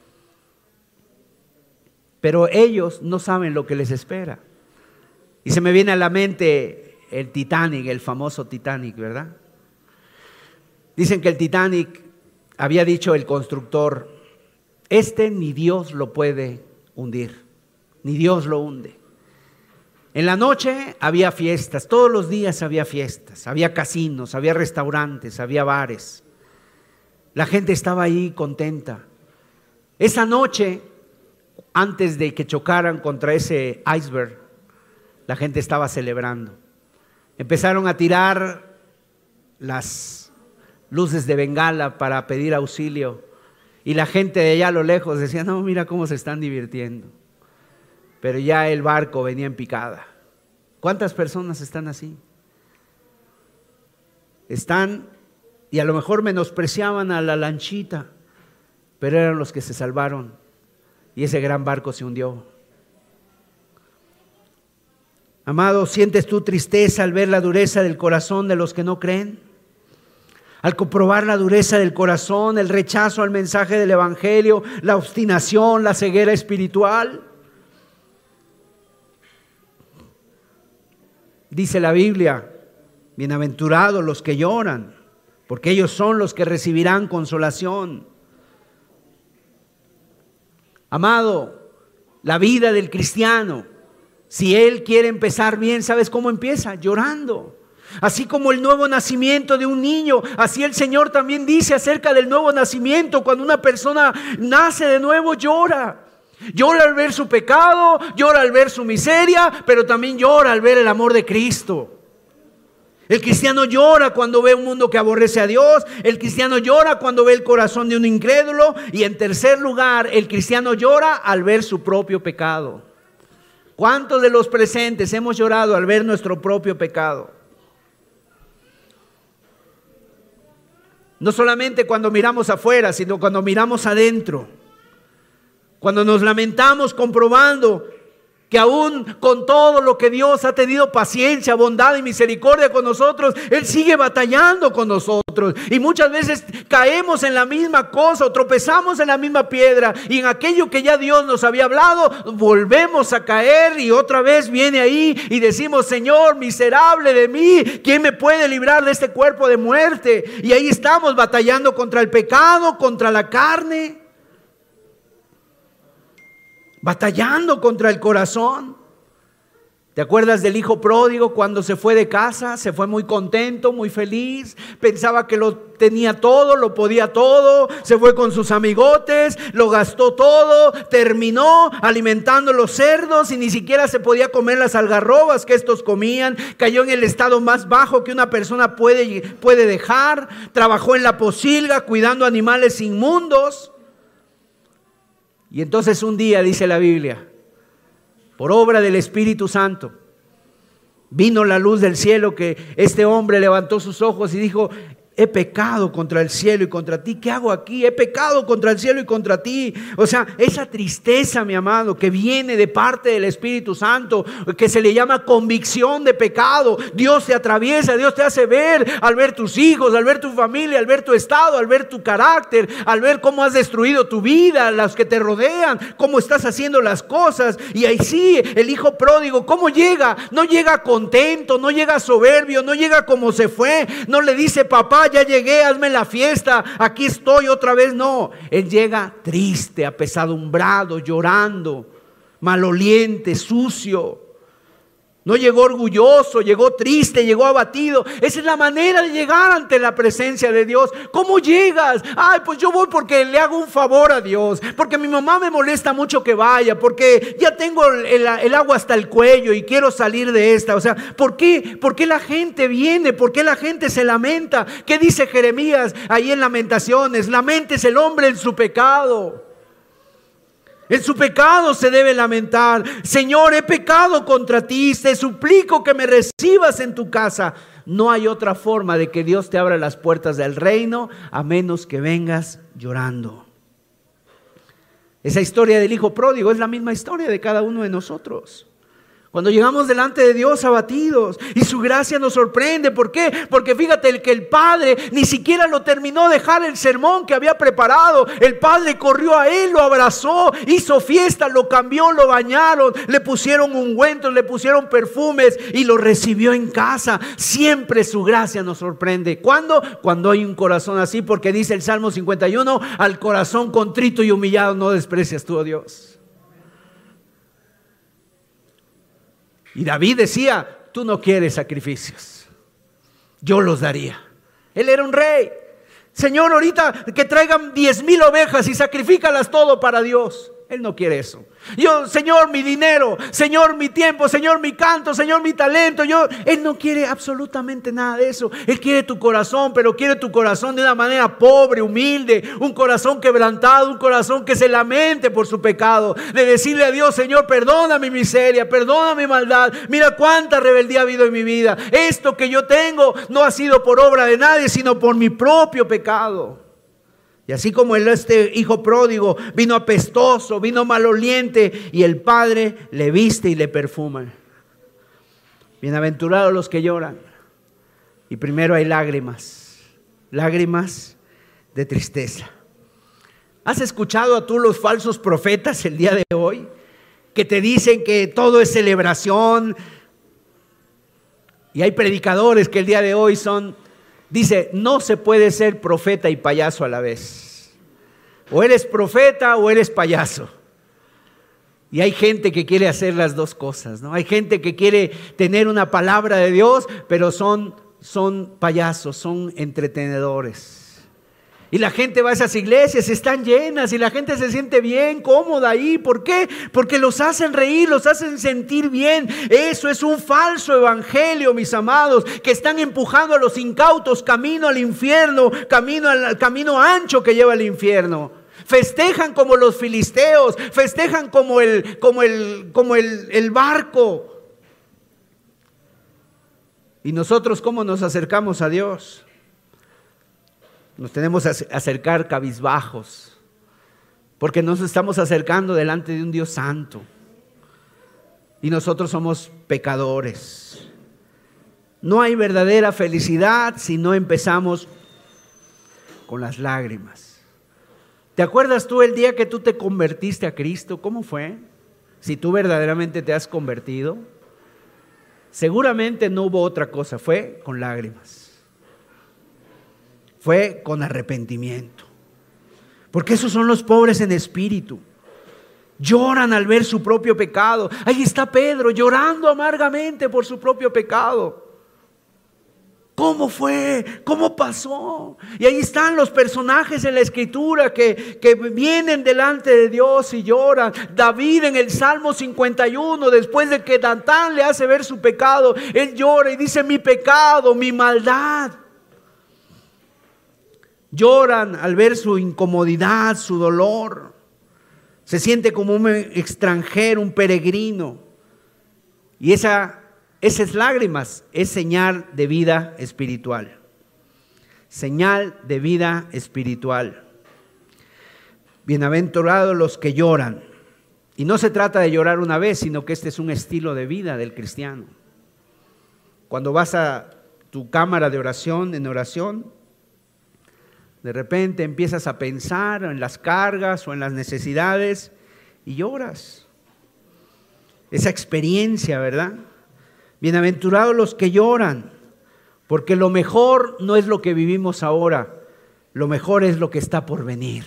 Pero ellos no saben lo que les espera. Y se me viene a la mente el Titanic, el famoso Titanic, ¿verdad? Dicen que el Titanic, había dicho el constructor: este ni Dios lo puede hundir, ni Dios lo hunde. En la noche había fiestas, todos los días había fiestas, había casinos, había restaurantes, había bares. La gente estaba ahí contenta. Esa noche, antes de que chocaran contra ese iceberg, la gente estaba celebrando. Empezaron a tirar las luces de bengala para pedir auxilio. Y la gente de allá a lo lejos decía: no, mira cómo se están divirtiendo. Pero ya el barco venía en picada. ¿Cuántas personas están así? Están, y a lo mejor menospreciaban a la lanchita, pero eran los que se salvaron. y ese gran barco se hundió. Amado, ¿sientes tú tristeza al ver la dureza del corazón de los que no creen? Al comprobar la dureza del corazón, el rechazo al mensaje del Evangelio, la obstinación, la ceguera espiritual. Dice la Biblia, bienaventurados los que lloran, porque ellos son los que recibirán consolación. Amado, la vida del cristiano, si él quiere empezar bien, ¿sabes cómo empieza? Llorando. Así como el nuevo nacimiento de un niño, así el Señor también dice acerca del nuevo nacimiento. Cuando una persona nace de nuevo, llora. Llora al ver su pecado, llora al ver su miseria, pero también llora al ver el amor de Cristo. El cristiano llora cuando ve un mundo que aborrece a Dios. El cristiano llora cuando ve el corazón de un incrédulo. Y en tercer lugar, el cristiano llora al ver su propio pecado. ¿Cuántos de los presentes hemos llorado al ver nuestro propio pecado? No solamente cuando miramos afuera, sino cuando miramos adentro. Cuando nos lamentamos comprobando que aún con todo lo que Dios ha tenido paciencia, bondad y misericordia con nosotros, Él sigue batallando con nosotros. Y muchas veces caemos en la misma cosa o tropezamos en la misma piedra. Y en aquello que ya Dios nos había hablado, volvemos a caer y otra vez viene ahí y decimos: Señor, miserable de mí, ¿quién me puede librar de este cuerpo de muerte? Y ahí estamos batallando contra el pecado, contra la carne. Batallando contra el corazón. ¿Te acuerdas del hijo pródigo cuando se fue de casa? Se fue muy contento, muy feliz. Pensaba que lo tenía todo, lo podía todo. Se fue con sus amigotes, lo gastó todo. Terminó alimentando los cerdos y ni siquiera se podía comer las algarrobas que estos comían. Cayó en el estado más bajo que una persona puede, puede dejar. Trabajó en la posilga cuidando animales inmundos. Y entonces un día, dice la Biblia, por obra del Espíritu Santo, vino la luz del cielo, que este hombre levantó sus ojos y dijo: he pecado contra el cielo y contra ti. ¿Qué hago aquí? He pecado contra el cielo y contra ti. O sea, esa tristeza, mi amado, que viene de parte del Espíritu Santo, que se le llama convicción de pecado. Dios te atraviesa, Dios te hace ver, al ver tus hijos, al ver tu familia, al ver tu estado, al ver tu carácter, al ver cómo has destruido tu vida, los que te rodean, cómo estás haciendo las cosas. Y ahí sí, el hijo pródigo, ¿cómo llega? No llega contento, no llega soberbio, no llega como se fue. No le dice: papá, ya llegué, hazme la fiesta, aquí estoy otra vez. No, él llega triste, apesadumbrado, llorando, maloliente, sucio. No llegó orgulloso, llegó triste, llegó abatido. Esa es la manera de llegar ante la presencia de Dios. ¿Cómo llegas? Ay, pues yo voy porque le hago un favor a Dios, porque mi mamá me molesta mucho que vaya, porque ya tengo el, el, el agua hasta el cuello y quiero salir de esta. O sea, ¿por qué? ¿Por qué la gente viene? ¿Por qué la gente se lamenta? ¿Qué dice Jeremías ahí en Lamentaciones? Laméntese el hombre en su pecado. En su pecado se debe lamentar. Señor, he pecado contra ti, te suplico que me recibas en tu casa. No hay otra forma de que Dios te abra las puertas del reino a menos que vengas llorando. Esa historia del hijo pródigo es la misma historia de cada uno de nosotros. Cuando llegamos delante de Dios abatidos y su gracia nos sorprende. ¿Por qué? Porque fíjate que el padre ni siquiera lo terminó de dejar el sermón que había preparado. El padre corrió a él, lo abrazó, hizo fiesta, lo cambió, lo bañaron, le pusieron ungüentos, le pusieron perfumes y lo recibió en casa. Siempre su gracia nos sorprende. ¿Cuándo? Cuando hay un corazón así, porque dice el Salmo cincuenta y uno: al corazón contrito y humillado no desprecias tú, oh Dios. Y David decía: tú no quieres sacrificios, yo los daría. Él era un rey. Señor, ahorita que traigan diez mil ovejas y sacrifícalas todo para Dios. Él no quiere eso. Yo, Señor, mi dinero, Señor, mi tiempo, Señor, mi canto, Señor, mi talento. Yo, Él no quiere absolutamente nada de eso. Él quiere tu corazón, pero quiere tu corazón de una manera pobre, humilde, un corazón quebrantado, un corazón que se lamente por su pecado. De decirle a Dios: Señor, perdona mi miseria, perdona mi maldad. Mira cuánta rebeldía ha habido en mi vida. Esto que yo tengo no ha sido por obra de nadie, sino por mi propio pecado. Y así como el, este hijo pródigo vino apestoso, vino maloliente, y el padre le viste y le perfuma. Bienaventurados los que lloran. Y primero hay lágrimas, lágrimas de tristeza. ¿Has escuchado a tú los falsos profetas el día de hoy? Que te dicen que todo es celebración. Y hay predicadores que el día de hoy son, dice, no se puede ser profeta y payaso a la vez. O eres profeta o eres payaso. Y hay gente que quiere hacer las dos cosas, ¿no? Hay gente que quiere tener una palabra de Dios, pero son, son payasos, son entretenedores. Y la gente va a esas iglesias, están llenas y la gente se siente bien, cómoda ahí. ¿Por qué? Porque los hacen reír, los hacen sentir bien. Eso es un falso evangelio, mis amados, que están empujando a los incautos camino al infierno, camino al camino ancho que lleva al infierno. Festejan como los filisteos, festejan como el, como el, como el, el barco. ¿Y nosotros cómo nos acercamos a Dios? Nos tenemos que acercar cabizbajos, porque nos estamos acercando delante de un Dios santo. Y nosotros somos pecadores. No hay verdadera felicidad si no empezamos con las lágrimas. ¿Te acuerdas tú el día que tú te convertiste a Cristo? ¿Cómo fue? Si tú verdaderamente te has convertido, seguramente no hubo otra cosa, fue con lágrimas. Fue con arrepentimiento. Porque esos son los pobres en espíritu. Lloran al ver su propio pecado. Ahí está Pedro llorando amargamente por su propio pecado. ¿Cómo fue? ¿Cómo pasó? Y ahí están los personajes en la Escritura que, que vienen delante de Dios y lloran. David en el Salmo cincuenta y uno, después de que Natán le hace ver su pecado, él llora y dice: mi pecado, mi maldad. Lloran al ver su incomodidad, su dolor. Se siente como un extranjero, un peregrino. Y esa, esas lágrimas es señal de vida espiritual. Señal de vida espiritual. Bienaventurados los que lloran. Y no se trata de llorar una vez, sino que este es un estilo de vida del cristiano. Cuando vas a tu cámara de oración, en oración, de repente empiezas a pensar en las cargas o en las necesidades y lloras. Esa experiencia, ¿verdad? Bienaventurados los que lloran, porque lo mejor no es lo que vivimos ahora, lo mejor es lo que está por venir.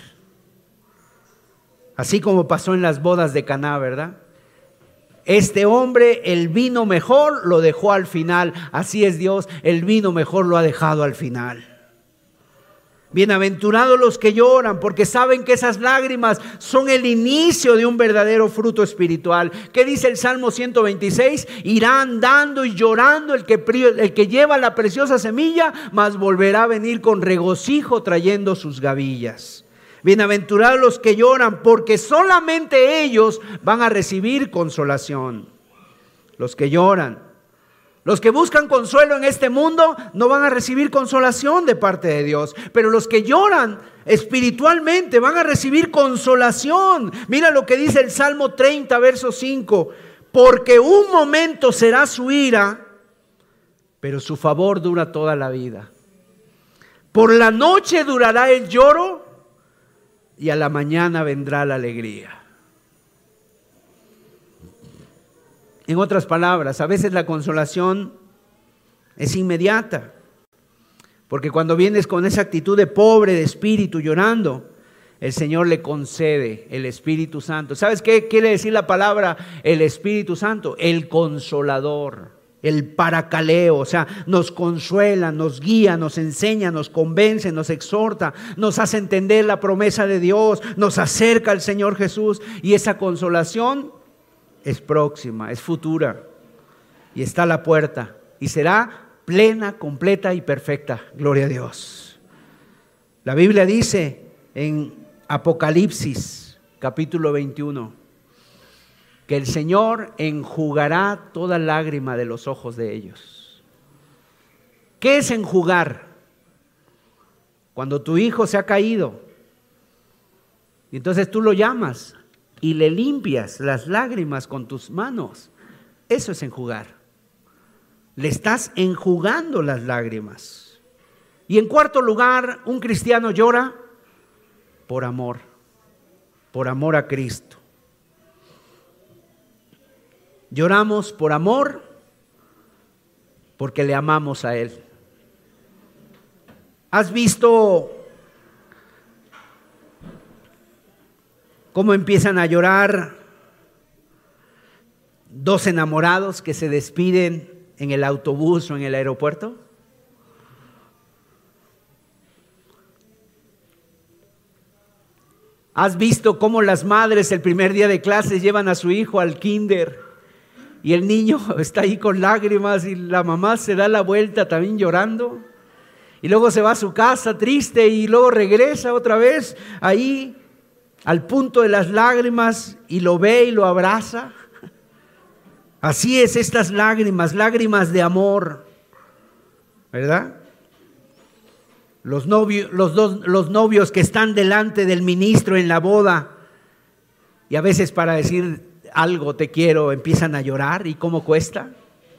Así como pasó en las bodas de Caná, ¿verdad? Este hombre, el vino mejor lo dejó al final. Así es Dios, el vino mejor lo ha dejado al final. Bienaventurados los que lloran, porque saben que esas lágrimas son el inicio de un verdadero fruto espiritual. ¿Qué dice el Salmo ciento veintiséis? Irá andando y llorando el que, el que lleva la preciosa semilla, mas volverá a venir con regocijo trayendo sus gavillas. Bienaventurados los que lloran, porque solamente ellos van a recibir consolación. Los que lloran. Los que buscan consuelo en este mundo no van a recibir consolación de parte de Dios, pero los que lloran espiritualmente van a recibir consolación. Mira lo que dice el Salmo treinta, verso cinco: porque un momento será su ira, pero su favor dura toda la vida. Por la noche durará el lloro y a la mañana vendrá la alegría. En otras palabras, a veces la consolación es inmediata, porque cuando vienes con esa actitud de pobre de espíritu llorando, el Señor le concede el Espíritu Santo. ¿Sabes qué quiere decir la palabra el Espíritu Santo? El consolador, el paracaleo, o sea, nos consuela, nos guía, nos enseña, nos convence, nos exhorta, nos hace entender la promesa de Dios, nos acerca al Señor Jesús, y esa consolación es próxima, es futura y está a la puerta y será plena, completa y perfecta. Gloria a Dios. La Biblia dice en Apocalipsis capítulo veintiuno que el Señor enjugará toda lágrima de los ojos de ellos. ¿Qué es enjugar? Cuando tu hijo se ha caído Y entonces tú lo llamas y le limpias las lágrimas con tus manos. Eso es enjugar. Le estás enjugando las lágrimas. Y en cuarto lugar, un cristiano llora por amor, por amor a Cristo. Lloramos por amor porque le amamos a Él. ¿Has visto cómo empiezan a llorar dos enamorados que se despiden en el autobús o en el aeropuerto? ¿Has visto cómo las madres el primer día de clases llevan a su hijo al kinder y el niño está ahí con lágrimas y la mamá se da la vuelta también llorando? Y luego se va a su casa triste y luego regresa otra vez ahí al punto de las lágrimas y lo ve y lo abraza. Así es estas lágrimas, lágrimas de amor, ¿verdad? Los novios, los dos, los novios que están delante del ministro en la boda y a veces para decir algo te quiero empiezan a llorar. ¿Y cómo cuesta?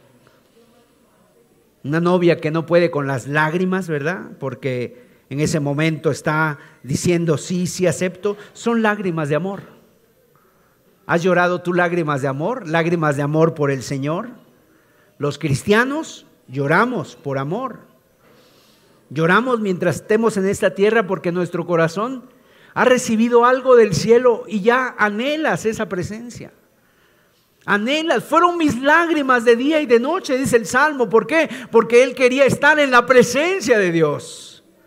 Una novia que no puede con las lágrimas, ¿verdad? Porque en ese momento está diciendo sí, sí acepto. Son lágrimas de amor. ¿Has llorado tú lágrimas de amor? Lágrimas de amor por el Señor. Los cristianos lloramos por amor. Lloramos mientras estemos en esta tierra porque nuestro corazón ha recibido algo del cielo y ya anhelas esa presencia. Anhelas, fueron mis lágrimas de día y de noche, dice el Salmo. ¿Por qué? Porque él quería estar en la presencia de Dios.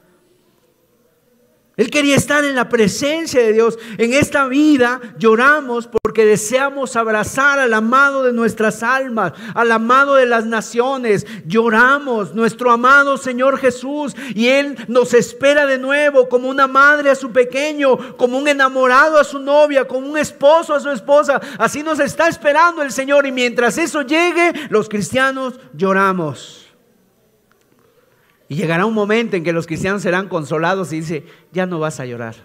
Él quería estar en la presencia de Dios. En esta vida lloramos porque deseamos abrazar al amado de nuestras almas, al amado de las naciones. Lloramos, nuestro amado Señor Jesús, y Él nos espera de nuevo como una madre a su pequeño, como un enamorado a su novia, como un esposo a su esposa. Así nos está esperando el Señor, y mientras eso llegue, los cristianos lloramos. Y llegará un momento en que los cristianos serán consolados y dice, ya no vas a llorar.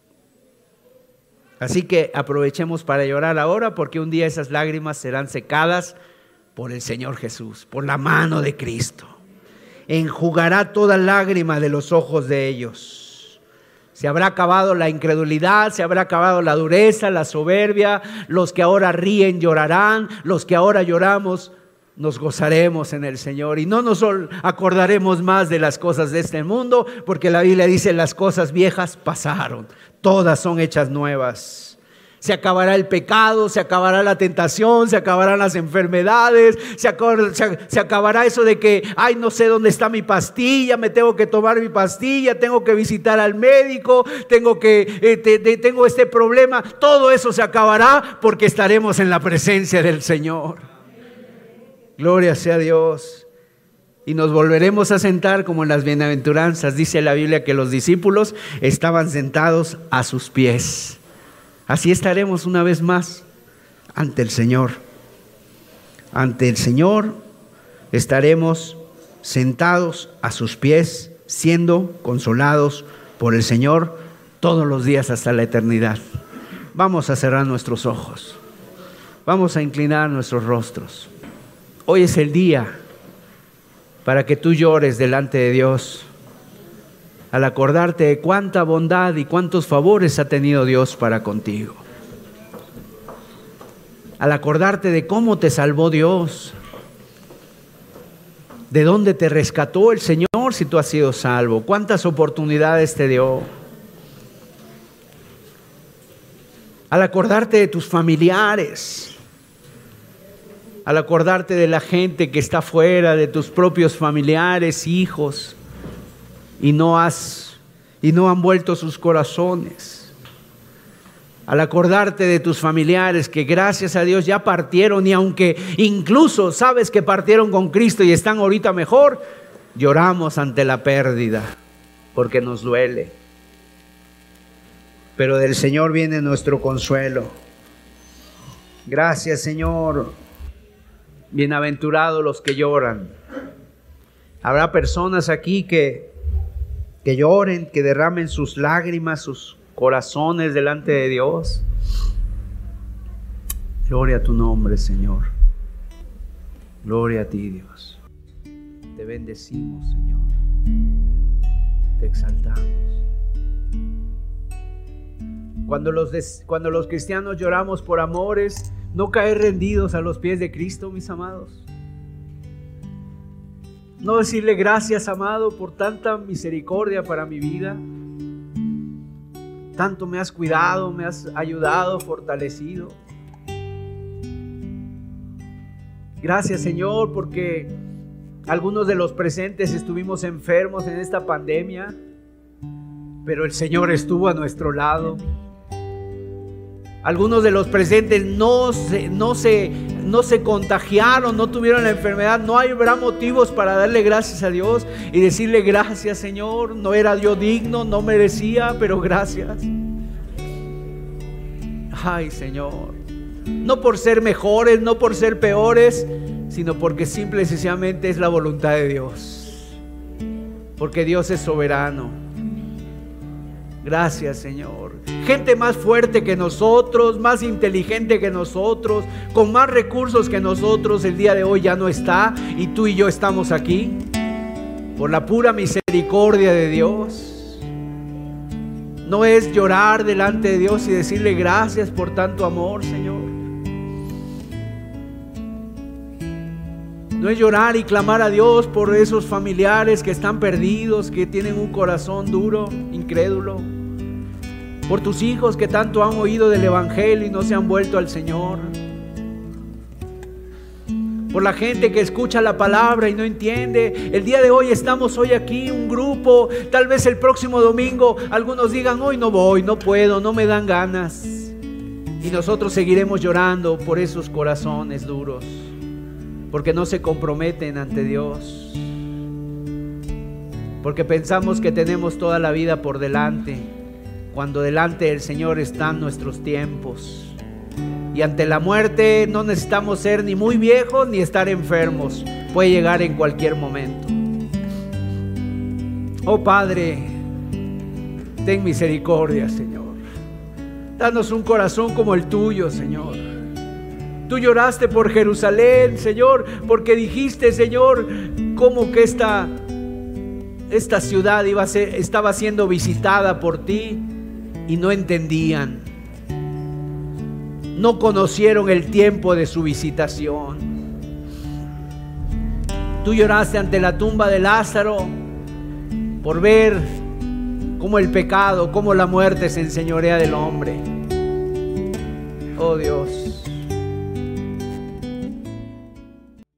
Así que aprovechemos para llorar ahora, porque un día esas lágrimas serán secadas por el Señor Jesús, por la mano de Cristo. Enjugará toda lágrima de los ojos de ellos. Se habrá acabado la incredulidad, se habrá acabado la dureza, la soberbia. Los que ahora ríen llorarán, los que ahora lloramos nos gozaremos en el Señor y no nos acordaremos más de las cosas de este mundo, porque la Biblia dice: las cosas viejas pasaron, todas son hechas nuevas. Se acabará el pecado, se acabará la tentación, se acabarán las enfermedades, se, acabar, se, se acabará eso de que, ay, no sé dónde está mi pastilla, me tengo que tomar mi pastilla, tengo que visitar al médico, tengo que eh, te, te, tengo este problema. Todo eso se acabará porque estaremos en la presencia del Señor. Gloria sea a Dios. Y nos volveremos a sentar como en las bienaventuranzas. Dice la Biblia que los discípulos estaban sentados a sus pies. Así estaremos una vez más ante el Señor. Ante el Señor estaremos sentados a sus pies, siendo consolados por el Señor todos los días hasta la eternidad. Vamos a cerrar nuestros ojos. Vamos a inclinar nuestros rostros. Hoy es el día para que tú llores delante de Dios, al acordarte de cuánta bondad y cuántos favores ha tenido Dios para contigo. Al acordarte de cómo te salvó Dios, de dónde te rescató el Señor si tú has sido salvo, cuántas oportunidades te dio. Al acordarte de tus familiares, al acordarte de la gente que está fuera, de tus propios familiares, hijos, y no has y no han vuelto sus corazones. Al acordarte de tus familiares que gracias a Dios ya partieron, y aunque incluso sabes que partieron con Cristo y están ahorita mejor, lloramos ante la pérdida porque nos duele. Pero del Señor viene nuestro consuelo. Gracias, Señor. Bienaventurados los que lloran. Habrá personas aquí que, que lloren, que derramen sus lágrimas, sus corazones delante de Dios. Gloria a tu nombre, Señor. Gloria a ti, Dios. Te bendecimos, Señor. Te exaltamos. Cuando los, des, cuando los cristianos lloramos por amores, no caer rendidos a los pies de Cristo, mis amados. No decirle gracias, amado, por tanta misericordia para mi vida. Tanto me has cuidado, me has ayudado, fortalecido. Gracias, Señor, porque algunos de los presentes estuvimos enfermos en esta pandemia, pero el Señor estuvo a nuestro lado. Algunos de los presentes no se, no se, no se contagiaron, no tuvieron la enfermedad. No habrá motivos para darle gracias a Dios y decirle gracias, Señor. No era yo digno, no merecía, pero gracias. Ay, Señor. No por ser mejores, no por ser peores, sino porque simple y sencillamente es la voluntad de Dios. Porque Dios es soberano. Gracias, Señor. Gente más fuerte que nosotros, más inteligente que nosotros, con más recursos que nosotros, el día de hoy ya no está, y tú y yo estamos aquí por la pura misericordia de Dios. No es llorar delante de Dios y decirle gracias por tanto amor, Señor. No es llorar y clamar a Dios por esos familiares que están perdidos, que tienen un corazón duro, incrédulo. Por tus hijos que tanto han oído del Evangelio y no se han vuelto al Señor. Por la gente que escucha la palabra y no entiende. El día de hoy estamos hoy aquí, un grupo. Tal vez el próximo domingo algunos digan, hoy no voy, no puedo, no me dan ganas. Y nosotros seguiremos llorando por esos corazones duros, porque no se comprometen ante Dios, porque pensamos que tenemos toda la vida por delante, cuando delante del Señor están nuestros tiempos. Y ante la muerte no necesitamos ser ni muy viejos ni estar enfermos. Puede llegar en cualquier momento. Oh Padre, ten misericordia, Señor. Danos un corazón como el tuyo, Señor. Tú lloraste por Jerusalén, Señor, porque dijiste, Señor, cómo que esta, esta ciudad iba a ser, estaba siendo visitada por ti. Y no entendían, no conocieron el tiempo de su visitación. Tú lloraste ante la tumba de Lázaro por ver cómo el pecado, cómo la muerte se enseñorea del hombre. Oh Dios,